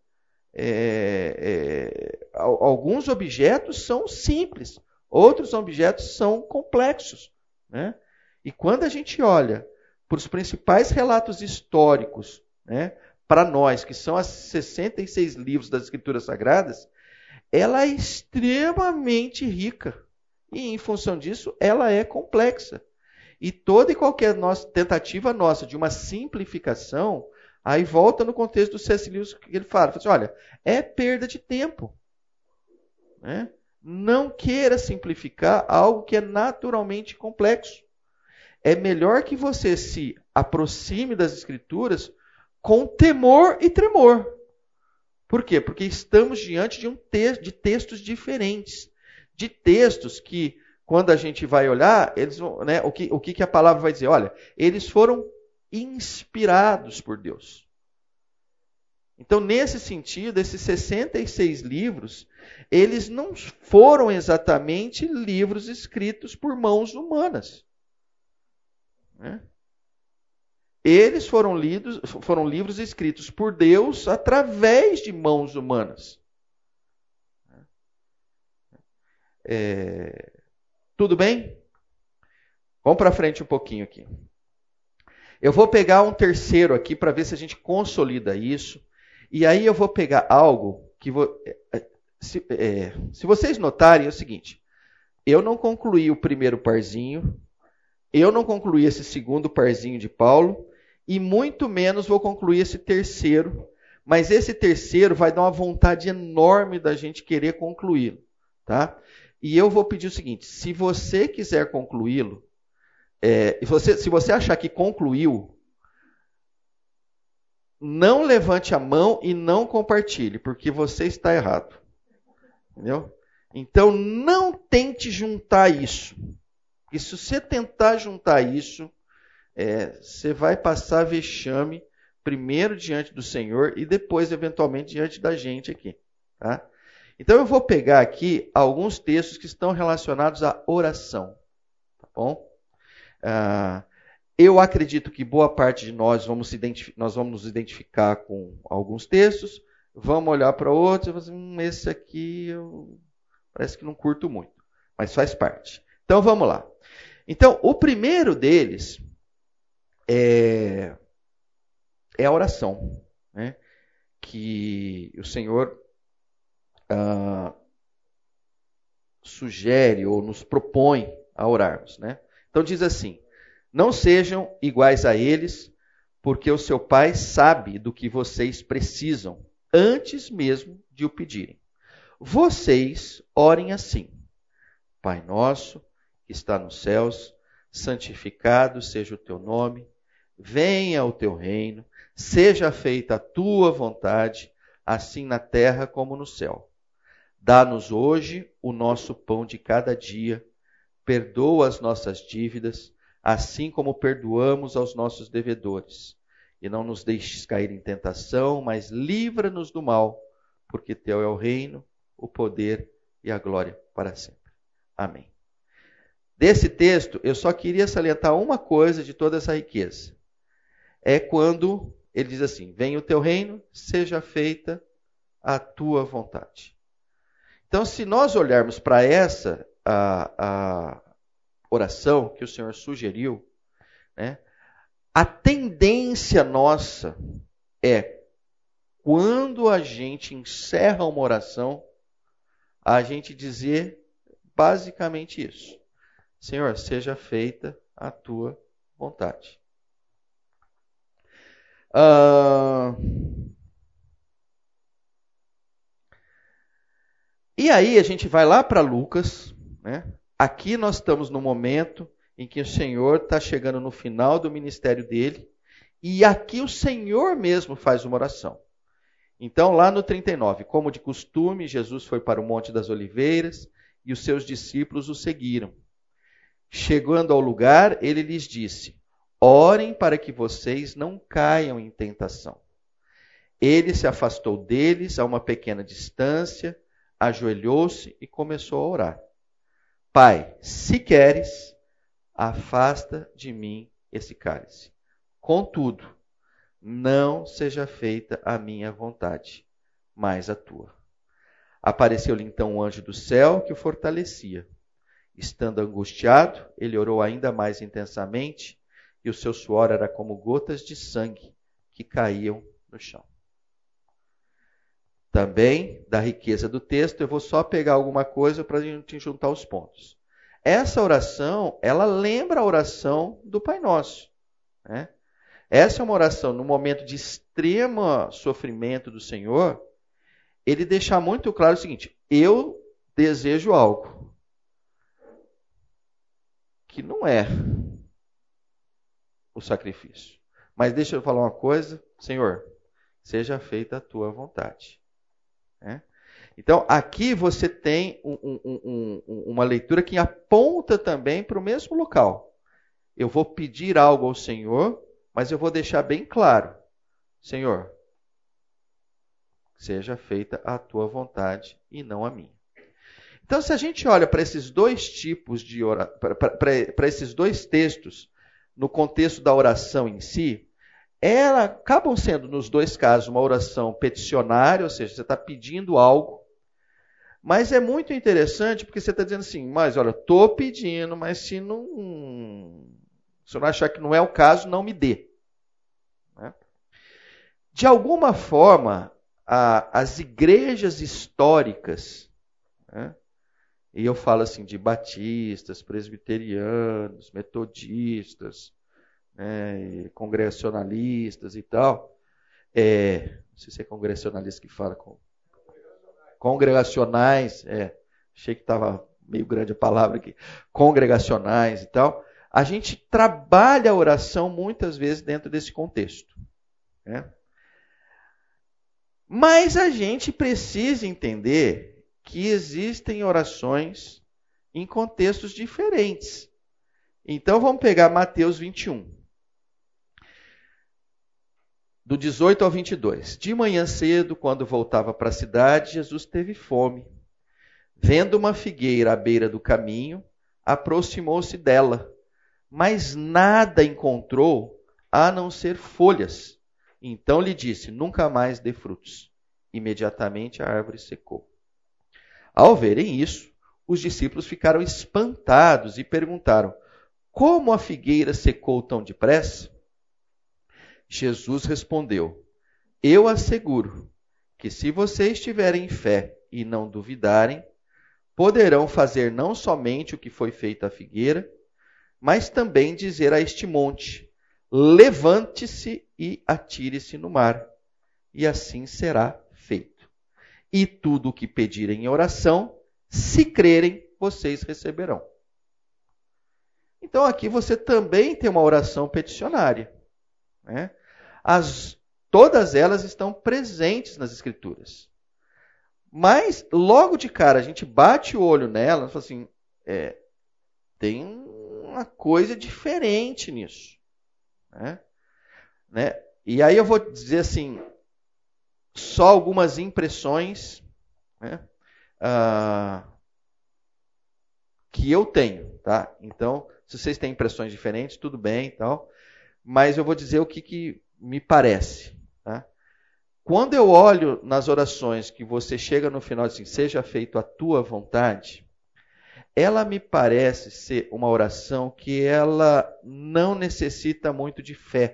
Alguns objetos são simples, outros objetos são complexos. Né? E quando a gente olha para os principais relatos históricos, né, para nós, que são as 66 livros das Escrituras Sagradas, ela é extremamente rica. E, em função disso, ela é complexa. E toda e qualquer tentativa nossa de uma simplificação, aí volta no contexto do C.S. Lewis que ele fala assim, olha, é perda de tempo. Né? Não queira simplificar algo que é naturalmente complexo. É melhor que você se aproxime das Escrituras com temor e tremor. Por quê? Porque estamos diante de textos diferentes. De textos que, quando a gente vai olhar, eles vão, né, o que a palavra vai dizer? Olha, eles foram inspirados por Deus. Então, nesse sentido, esses 66 livros, eles não foram exatamente livros escritos por mãos humanas. Né? Eles foram livros escritos por Deus através de mãos humanas. Tudo bem? Vamos para frente um pouquinho aqui. Eu vou pegar um terceiro aqui para ver se a gente consolida isso. E aí eu vou pegar algo que... Se vocês notarem, é o seguinte. Eu não concluí o primeiro parzinho. Eu não concluí esse segundo parzinho de Paulo. E muito menos vou concluir esse terceiro. Mas esse terceiro vai dar uma vontade enorme da gente querer concluí-lo. Tá? E eu vou pedir o seguinte. Se você quiser concluí-lo, se você achar que concluiu, não levante a mão e não compartilhe, porque você está errado. Entendeu? Então, não tente juntar isso. Porque se você tentar juntar isso, você vai passar vexame, primeiro diante do Senhor e depois, eventualmente, diante da gente aqui. Tá? Então, eu vou pegar aqui alguns textos que estão relacionados à oração. Tá bom? Eu acredito que boa parte de nós nós vamos nos identificar com alguns textos, vamos olhar para outros e vamos dizer, esse aqui parece que não curto muito, mas faz parte. Então vamos lá. Então, o primeiro deles é a oração, né? Que o Senhor sugere ou nos propõe a orarmos, né? Então diz assim, não sejam iguais a eles, porque o seu Pai sabe do que vocês precisam, antes mesmo de o pedirem. Vocês orem assim, Pai nosso, que está nos céus, santificado seja o teu nome, venha o teu reino, seja feita a tua vontade, assim na terra como no céu. Dá-nos hoje o nosso pão de cada dia, perdoa as nossas dívidas, assim como perdoamos aos nossos devedores. E não nos deixes cair em tentação, mas livra-nos do mal, porque teu é o reino, o poder e a glória para sempre. Amém. Desse texto, eu só queria salientar uma coisa de toda essa riqueza. É quando ele diz assim, venha o teu reino, seja feita a tua vontade. Então, se nós olharmos para essa a oração que o Senhor sugeriu, né, a tendência nossa é, quando a gente encerra uma oração, a gente dizer basicamente isso. Senhor, seja feita a tua vontade. E aí a gente vai lá para Lucas, né? Aqui nós estamos no momento em que o Senhor está chegando no final do ministério dele, e aqui o Senhor mesmo faz uma oração. Então, lá no 39, como de costume, Jesus foi para o Monte das Oliveiras e os seus discípulos o seguiram. Chegando ao lugar, ele lhes disse, orem para que vocês não caiam em tentação. Ele se afastou deles a uma pequena distância, ajoelhou-se e começou a orar. Pai, se queres, afasta de mim esse cálice. Contudo, não seja feita a minha vontade, mas a tua. Apareceu-lhe então um anjo do céu que o fortalecia. Estando angustiado, ele orou ainda mais intensamente, e o seu suor era como gotas de sangue que caíam no chão. Também, da riqueza do texto, eu vou só pegar alguma coisa para a gente juntar os pontos. essa oração, ela lembra a oração do Pai Nosso, né? Essa é uma oração no momento de extremo sofrimento do Senhor, ele deixa muito claro o seguinte: eu desejo algo que não é o sacrifício. Mas deixa eu falar uma coisa, Senhor, seja feita a tua vontade. Né? Então, aqui você tem uma leitura que aponta também para o mesmo local. Eu vou pedir algo ao Senhor, mas eu vou deixar bem claro: Senhor, seja feita a tua vontade e não a minha. Então, se a gente olha para esses dois tipos de para esses dois textos, no contexto da oração em si, elas acabam sendo, nos dois casos, uma oração peticionária, ou seja, você está pedindo algo, mas é muito interessante porque você está dizendo assim: mas olha, estou pedindo, mas se eu não achar que não é o caso, não me dê. Né? De alguma forma, as igrejas históricas, né? E eu falo assim de batistas, presbiterianos, metodistas, né, congregacionalistas e tal. Não sei se é congregacionalista que fala. Congregacionais. Achei que estava meio grande a palavra aqui. Congregacionais e tal. A gente trabalha a oração muitas vezes dentro desse contexto. Né? Mas a gente precisa entender que existem orações em contextos diferentes. Então vamos pegar Mateus 21, do 18 ao 22. De manhã cedo, quando voltava para a cidade, Jesus teve fome. Vendo uma figueira à beira do caminho, aproximou-se dela, mas nada encontrou a não ser folhas. Então lhe disse: nunca mais dê frutos. Imediatamente a árvore secou. Ao verem isso, os discípulos ficaram espantados e perguntaram: como a figueira secou tão depressa? Jesus respondeu: eu asseguro que se vocês tiverem fé e não duvidarem, poderão fazer não somente o que foi feito à figueira, mas também dizer a este monte: levante-se e atire-se no mar, e assim será feito. E tudo o que pedirem em oração, se crerem, vocês receberão. Então aqui você também tem uma oração peticionária. Né? Todas elas estão presentes nas Escrituras. Mas, logo de cara, a gente bate o olho nela e fala assim: tem uma coisa diferente nisso. Né? E aí eu vou dizer assim, só algumas impressões, né, que eu tenho. Tá? Então, se vocês têm impressões diferentes, tudo bem e tal. Mas eu vou dizer o que me parece. Tá? Quando eu olho nas orações que você chega no final assim: seja feito a tua vontade, ela me parece ser uma oração que ela não necessita muito de fé.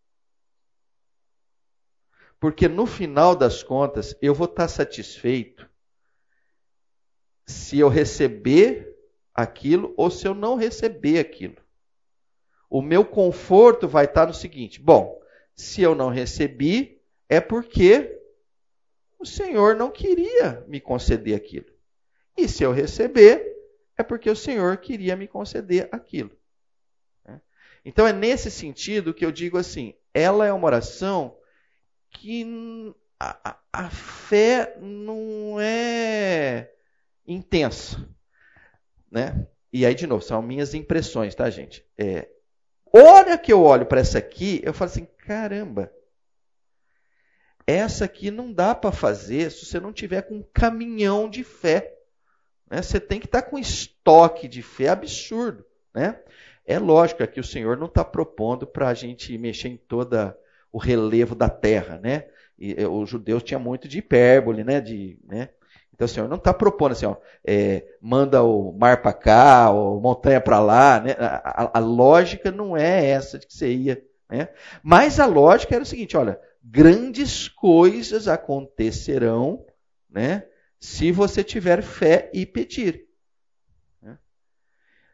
Porque no final das contas, eu vou estar satisfeito se eu receber aquilo ou se eu não receber aquilo. O meu conforto vai estar no seguinte: bom, se eu não recebi, é porque o Senhor não queria me conceder aquilo. E se eu receber, é porque o Senhor queria me conceder aquilo. Então é nesse sentido que eu digo assim: ela é uma oração que a fé não é intensa. Né? E aí, de novo, são minhas impressões, tá, gente? Olha que eu olho para essa aqui, eu falo assim: caramba, essa aqui não dá para fazer se você não tiver com um caminhão de fé. Né? Você tem que estar com estoque de fé absurdo. Né? É lógico que o Senhor não está propondo para a gente mexer em todo o relevo da terra. Né? E os judeus tinham muito de hipérbole, né? Então o Senhor não está propondo assim: manda o mar para cá, ou montanha para lá. Né? A lógica não é essa de que você ia. Né? Mas a lógica era o seguinte: olha, grandes coisas acontecerão, né, se você tiver fé e pedir. Né?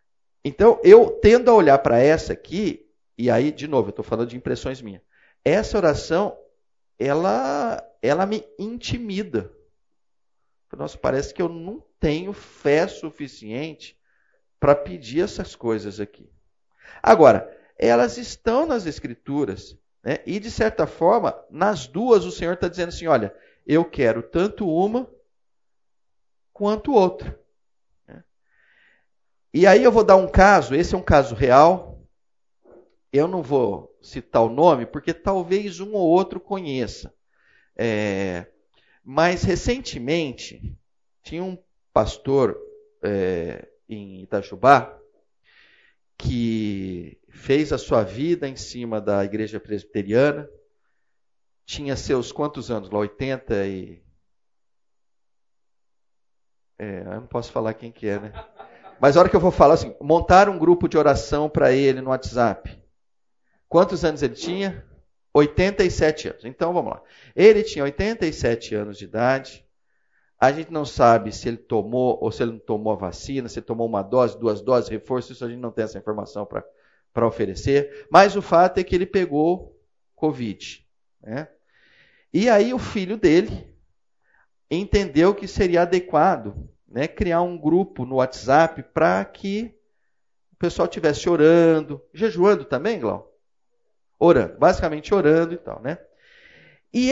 Então, eu tendo a olhar para essa aqui, e aí, de novo, eu estou falando de impressões minhas. Essa oração, ela me intimida. Nossa, parece que eu não tenho fé suficiente para pedir essas coisas aqui. Agora, elas estão nas Escrituras, né? E, de certa forma, nas duas o Senhor está dizendo assim, olha, eu quero tanto uma quanto outra. E aí eu vou dar um caso, esse é um caso real, eu não vou citar o nome, porque talvez um ou outro conheça. Mas, recentemente, tinha um pastor em Itajubá que fez a sua vida em cima da igreja presbiteriana. Tinha seus quantos anos lá? 80 e... eu não posso falar quem que é, né? Mas a hora que eu vou falar assim, montaram um grupo de oração para ele no WhatsApp. Quantos anos ele tinha? 87 anos. Então, vamos lá. Ele tinha 87 anos de idade. A gente não sabe se ele tomou ou se ele não tomou a vacina, se ele tomou uma dose, 2 doses, reforço, isso a gente não tem essa informação para oferecer. Mas o fato é que ele pegou Covid, né? E aí o filho dele entendeu que seria adequado, né, criar um grupo no WhatsApp para que o pessoal estivesse orando, jejuando também, Glau? Orando, basicamente orando e tal, né? E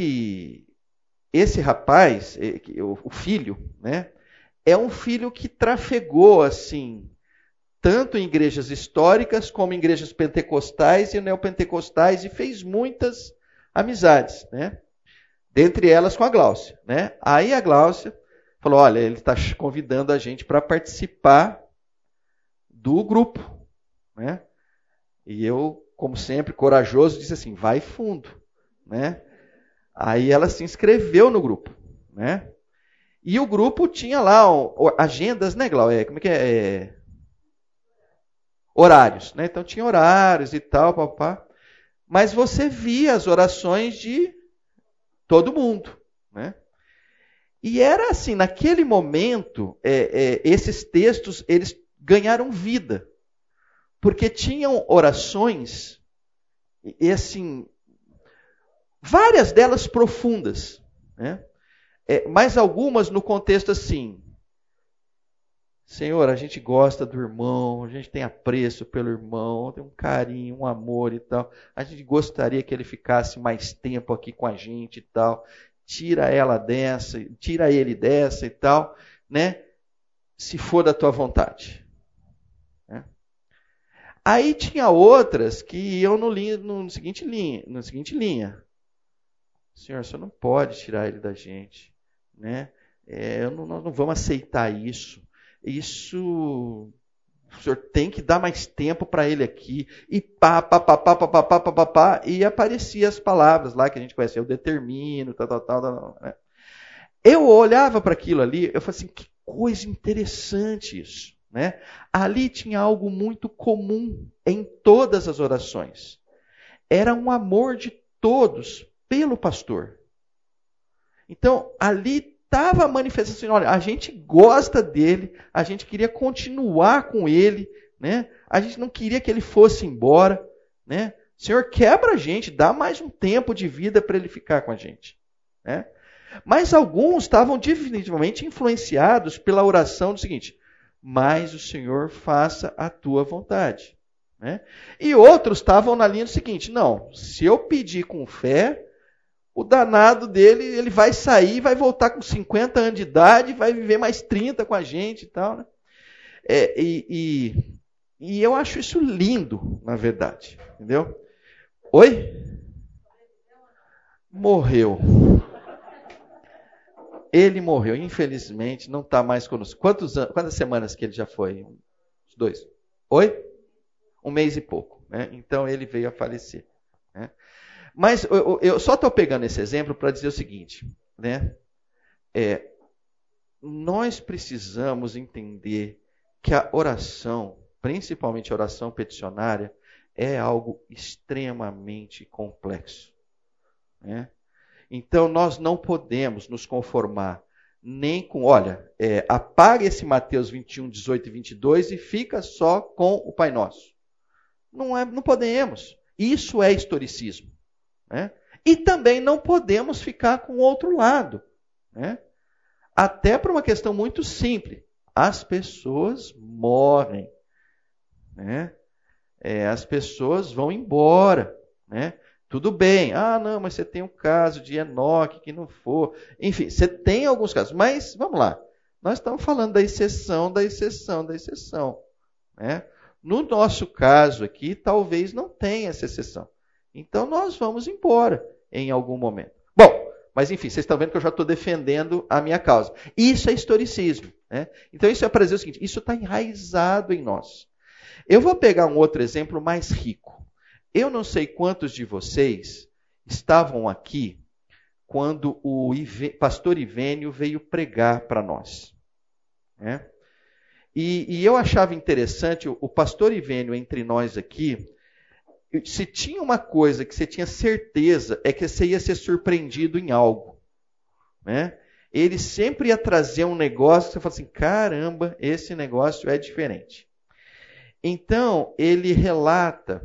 esse rapaz, o filho, né, é um filho que trafegou assim, tanto em igrejas históricas como em igrejas pentecostais e neopentecostais e fez muitas amizades, né? Dentre elas com a Gláucia, né? Aí a Gláucia falou, olha, ele está convidando a gente para participar do grupo, né? E eu, como sempre, corajoso, disse assim, vai fundo, né? Aí ela se inscreveu no grupo, né? E o grupo tinha lá agendas, né, Glau? Como é que é? Horários, né? Então tinha horários e tal, papá. Mas você via as orações de todo mundo, né? E era assim, naquele momento, esses textos, eles ganharam vida. Porque tinham orações, e assim, várias delas profundas, né? Mas algumas no contexto assim, Senhor, a gente gosta do irmão, a gente tem apreço pelo irmão, tem um carinho, um amor e tal. A gente gostaria que ele ficasse mais tempo aqui com a gente e tal. Tira ele dessa e tal, né? Se for da tua vontade. Né? Aí tinha outras que iam no seguinte linha. Senhor, você não pode tirar ele da gente, né? Nós não vamos aceitar isso. O senhor tem que dar mais tempo para ele aqui. E e apareciam as palavras lá que a gente conhece, eu determino, tal, né? Eu olhava para aquilo ali, eu falei assim, que coisa interessante isso, né? Ali tinha algo muito comum em todas as orações. Era um amor de todos pelo pastor. Então, ali estava a manifestação, olha, a gente gosta dele, a gente queria continuar com ele, né? A gente não queria que ele fosse embora, né? Senhor, quebra a gente, dá mais um tempo de vida para ele ficar com a gente, né? Mas alguns estavam definitivamente influenciados pela oração do seguinte, mas o Senhor faça a tua vontade, né? E outros estavam na linha do seguinte, não, se eu pedir com fé, o danado dele, ele vai sair, vai voltar com 50 anos de idade, vai viver mais 30 com a gente e tal, né? E eu acho isso lindo, na verdade. Entendeu? Oi? Morreu. Ele morreu, infelizmente, não está mais conosco. Quantas semanas que ele já foi? 2. Oi? 1 mês e pouco. Né? Então ele veio a falecer. Né? Mas eu só estou pegando esse exemplo para dizer o seguinte, né? Nós precisamos entender que a oração, principalmente a oração peticionária, é algo extremamente complexo, né? Então nós não podemos nos conformar nem com... Olha, apaga esse Mateus 21, 18 e 22 e fica só com o Pai Nosso. Não podemos. Isso é historicismo. Né? E também não podemos ficar com o outro lado. Né? Até por uma questão muito simples. As pessoas morrem. Né? As pessoas vão embora. Né? Tudo bem. Ah, não, mas você tem um caso de Enoque que não for. Enfim, você tem alguns casos. Mas, vamos lá. Nós estamos falando da exceção, da exceção, da exceção. Né? No nosso caso aqui, talvez não tenha essa exceção. Então, nós vamos embora em algum momento. Bom, mas enfim, vocês estão vendo que eu já estou defendendo a minha causa. Isso é historicismo. Né? Então, isso é para dizer o seguinte, isso está enraizado em nós. Eu vou pegar um outro exemplo mais rico. Eu não sei quantos de vocês estavam aqui quando o pastor Ivênio veio pregar para nós. Né? E eu achava interessante, o pastor Ivênio entre nós aqui, se tinha uma coisa que você tinha certeza, é que você ia ser surpreendido em algo. Né? Ele sempre ia trazer um negócio que você fala assim, caramba, esse negócio é diferente. Então, ele relata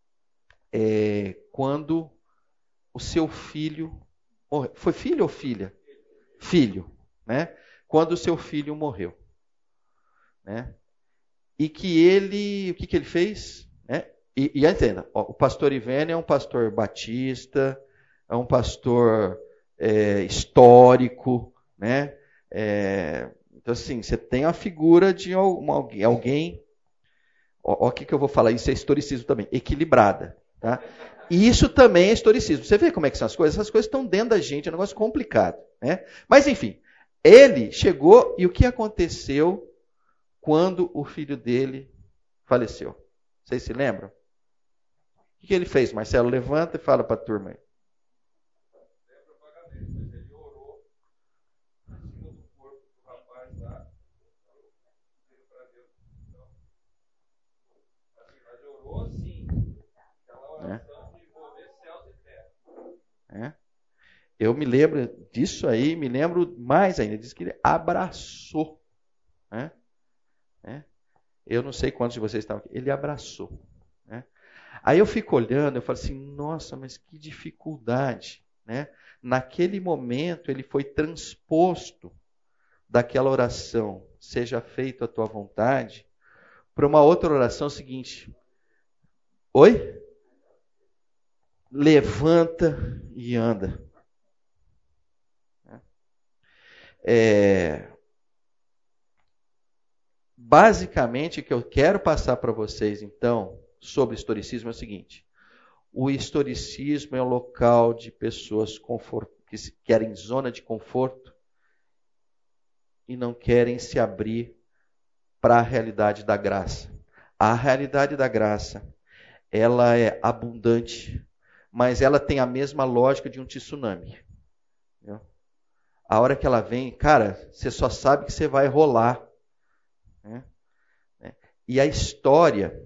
quando o seu filho morreu. Foi filho ou filha? Filho. Né? Quando o seu filho morreu. Né? E que o que ele fez? Né? E entenda, o pastor Ivênio é um pastor batista, é um pastor histórico, né? Então, assim, você tem a figura de alguém, o que eu vou falar, isso é historicismo também, equilibrada. Tá? E isso também é historicismo. Você vê como é que são as coisas? Essas coisas estão dentro da gente, é um negócio complicado. Né? Mas, enfim, ele chegou e o que aconteceu quando o filho dele faleceu? Vocês se lembram? O que ele fez? Marcelo, levanta e fala para a turma aí. Lembra vagamente, mas ele orou em cima do corpo do rapaz lá, para Deus. Então, assim, mas orou assim, aquela oração de envolver céus e terra. Eu me lembro disso aí, me lembro mais ainda, diz que ele abraçou. Né? Eu não sei quantos de vocês estavam aqui, ele abraçou. Né? Aí eu fico olhando, eu falo assim, nossa, mas que dificuldade. Né? Naquele momento ele foi transposto daquela oração, seja feita a tua vontade, para uma outra oração seguinte. Oi? Levanta e anda. Basicamente, o que eu quero passar para vocês, então, sobre historicismo é o seguinte. O historicismo é um local de pessoas que querem zona de conforto e não querem se abrir para a realidade da graça. A realidade da graça, ela é abundante, mas ela tem a mesma lógica de um tsunami. Entendeu? A hora que ela vem, cara, você só sabe que você vai rolar. Né? E a história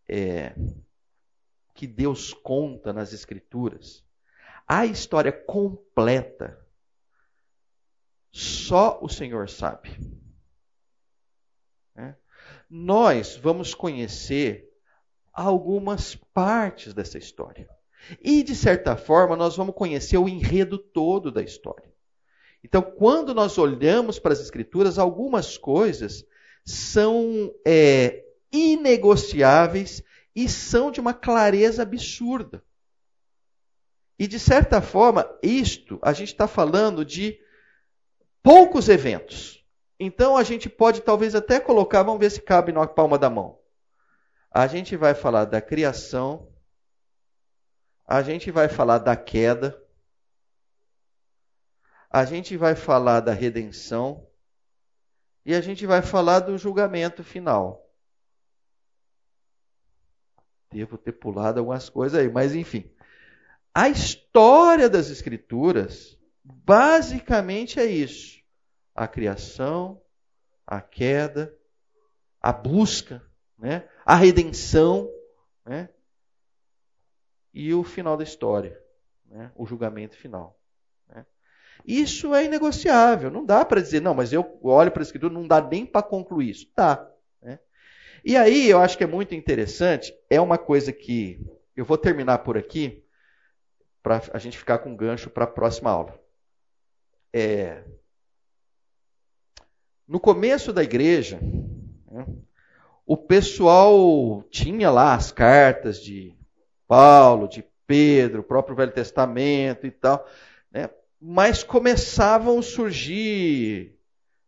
que Deus conta nas Escrituras, a história completa, só o Senhor sabe. Nós vamos conhecer algumas partes dessa história. E, de certa forma, nós vamos conhecer o enredo todo da história. Então, quando nós olhamos para as Escrituras, algumas coisas são inegociáveis e são de uma clareza absurda. E, de certa forma, a gente está falando de poucos eventos. Então, a gente pode talvez até colocar, vamos ver se cabe na palma da mão. A gente vai falar da criação, a gente vai falar da queda, a gente vai falar da redenção e a gente vai falar do julgamento final. Devo ter pulado algumas coisas aí, mas enfim. A história das Escrituras basicamente é isso. A criação, a queda, a busca, né? A redenção, né? E o final da história, né? O julgamento final. Né? Isso é inegociável. Não dá para dizer, não, mas eu olho para a Escritura, não dá nem para concluir isso. Tá. Né? E aí eu acho que é muito interessante, é uma coisa que eu vou terminar por aqui, para a gente ficar com gancho para a próxima aula. No começo da igreja, né, o pessoal tinha lá as cartas de Paulo, de Pedro, o próprio Velho Testamento e tal, né, mas começavam a surgir,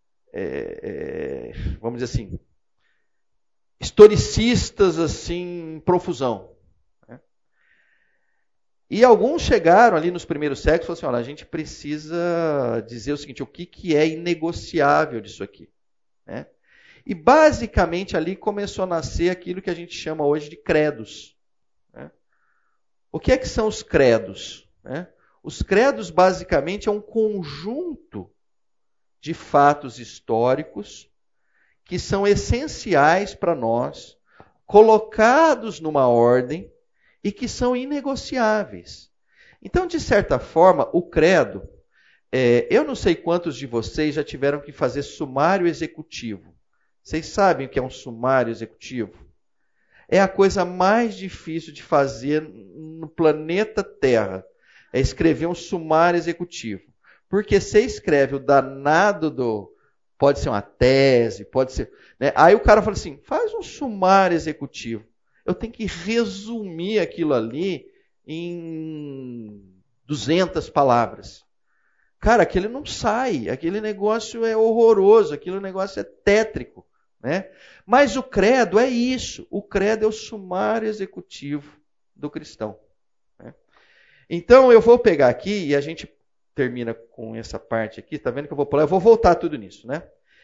vamos dizer assim, historicistas assim, em profusão. Né? E alguns chegaram ali nos primeiros séculos e falaram assim, olha, a gente precisa dizer o seguinte, o que é inegociável disso aqui? Né? E basicamente ali começou a nascer aquilo que a gente chama hoje de credos. Né? O que é que são os credos? Né? Os credos basicamente é um conjunto de fatos históricos que são essenciais para nós, colocados numa ordem e que são inegociáveis. Então, de certa forma, o credo, eu não sei quantos de vocês já tiveram que fazer sumário executivo. Vocês sabem o que é um sumário executivo? É a coisa mais difícil de fazer no planeta Terra. É escrever um sumário executivo. Porque você escreve o danado do... Pode ser uma tese, pode ser... Né? Aí o cara fala assim, faz um sumário executivo. Eu tenho que resumir aquilo ali em 200 palavras. Cara, aquele não sai. Aquele negócio é horroroso. Aquele negócio é tétrico. Né? Mas o credo é isso. O credo é o sumário executivo do cristão. Né? Então eu vou pegar aqui e a gente termina com essa parte aqui. Está vendo que eu vou pular? Eu vou voltar tudo nisso. Né?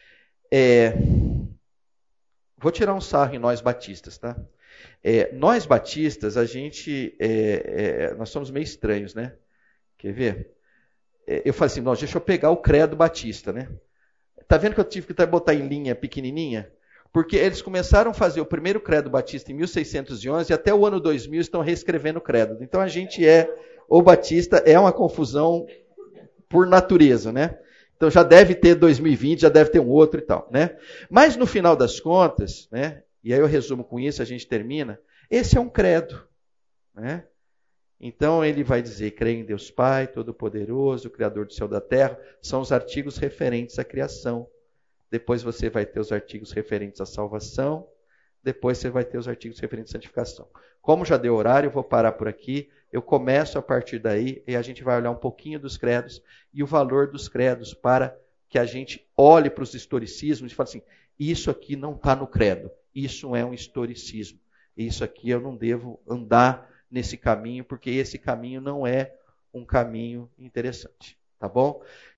Vou tirar um sarro em nós batistas. Tá? Nós batistas, a gente... nós somos meio estranhos. Né? Quer ver? Eu falei assim, não, deixa eu pegar o credo batista. Né? Está vendo que eu tive que botar em linha pequenininha? Porque eles começaram a fazer o primeiro credo batista em 1611 e até o ano 2000 estão reescrevendo o credo. Então a gente o batista é uma confusão por natureza, né? Então já deve ter 2020, já deve ter um outro e tal, né? Mas no final das contas, né? E aí eu resumo com isso, a gente termina. Esse é um credo, né? Então ele vai dizer, creio em Deus Pai, Todo-Poderoso, Criador do céu e da terra, são os artigos referentes à criação. Depois você vai ter os artigos referentes à salvação, depois você vai ter os artigos referentes à santificação. Como já deu horário, eu vou parar por aqui, eu começo a partir daí e a gente vai olhar um pouquinho dos credos e o valor dos credos para que a gente olhe para os historicismos e fale assim, isso aqui não está no credo, isso é um historicismo, isso aqui eu não devo andar nesse caminho, porque esse caminho não é um caminho interessante. Tá bom?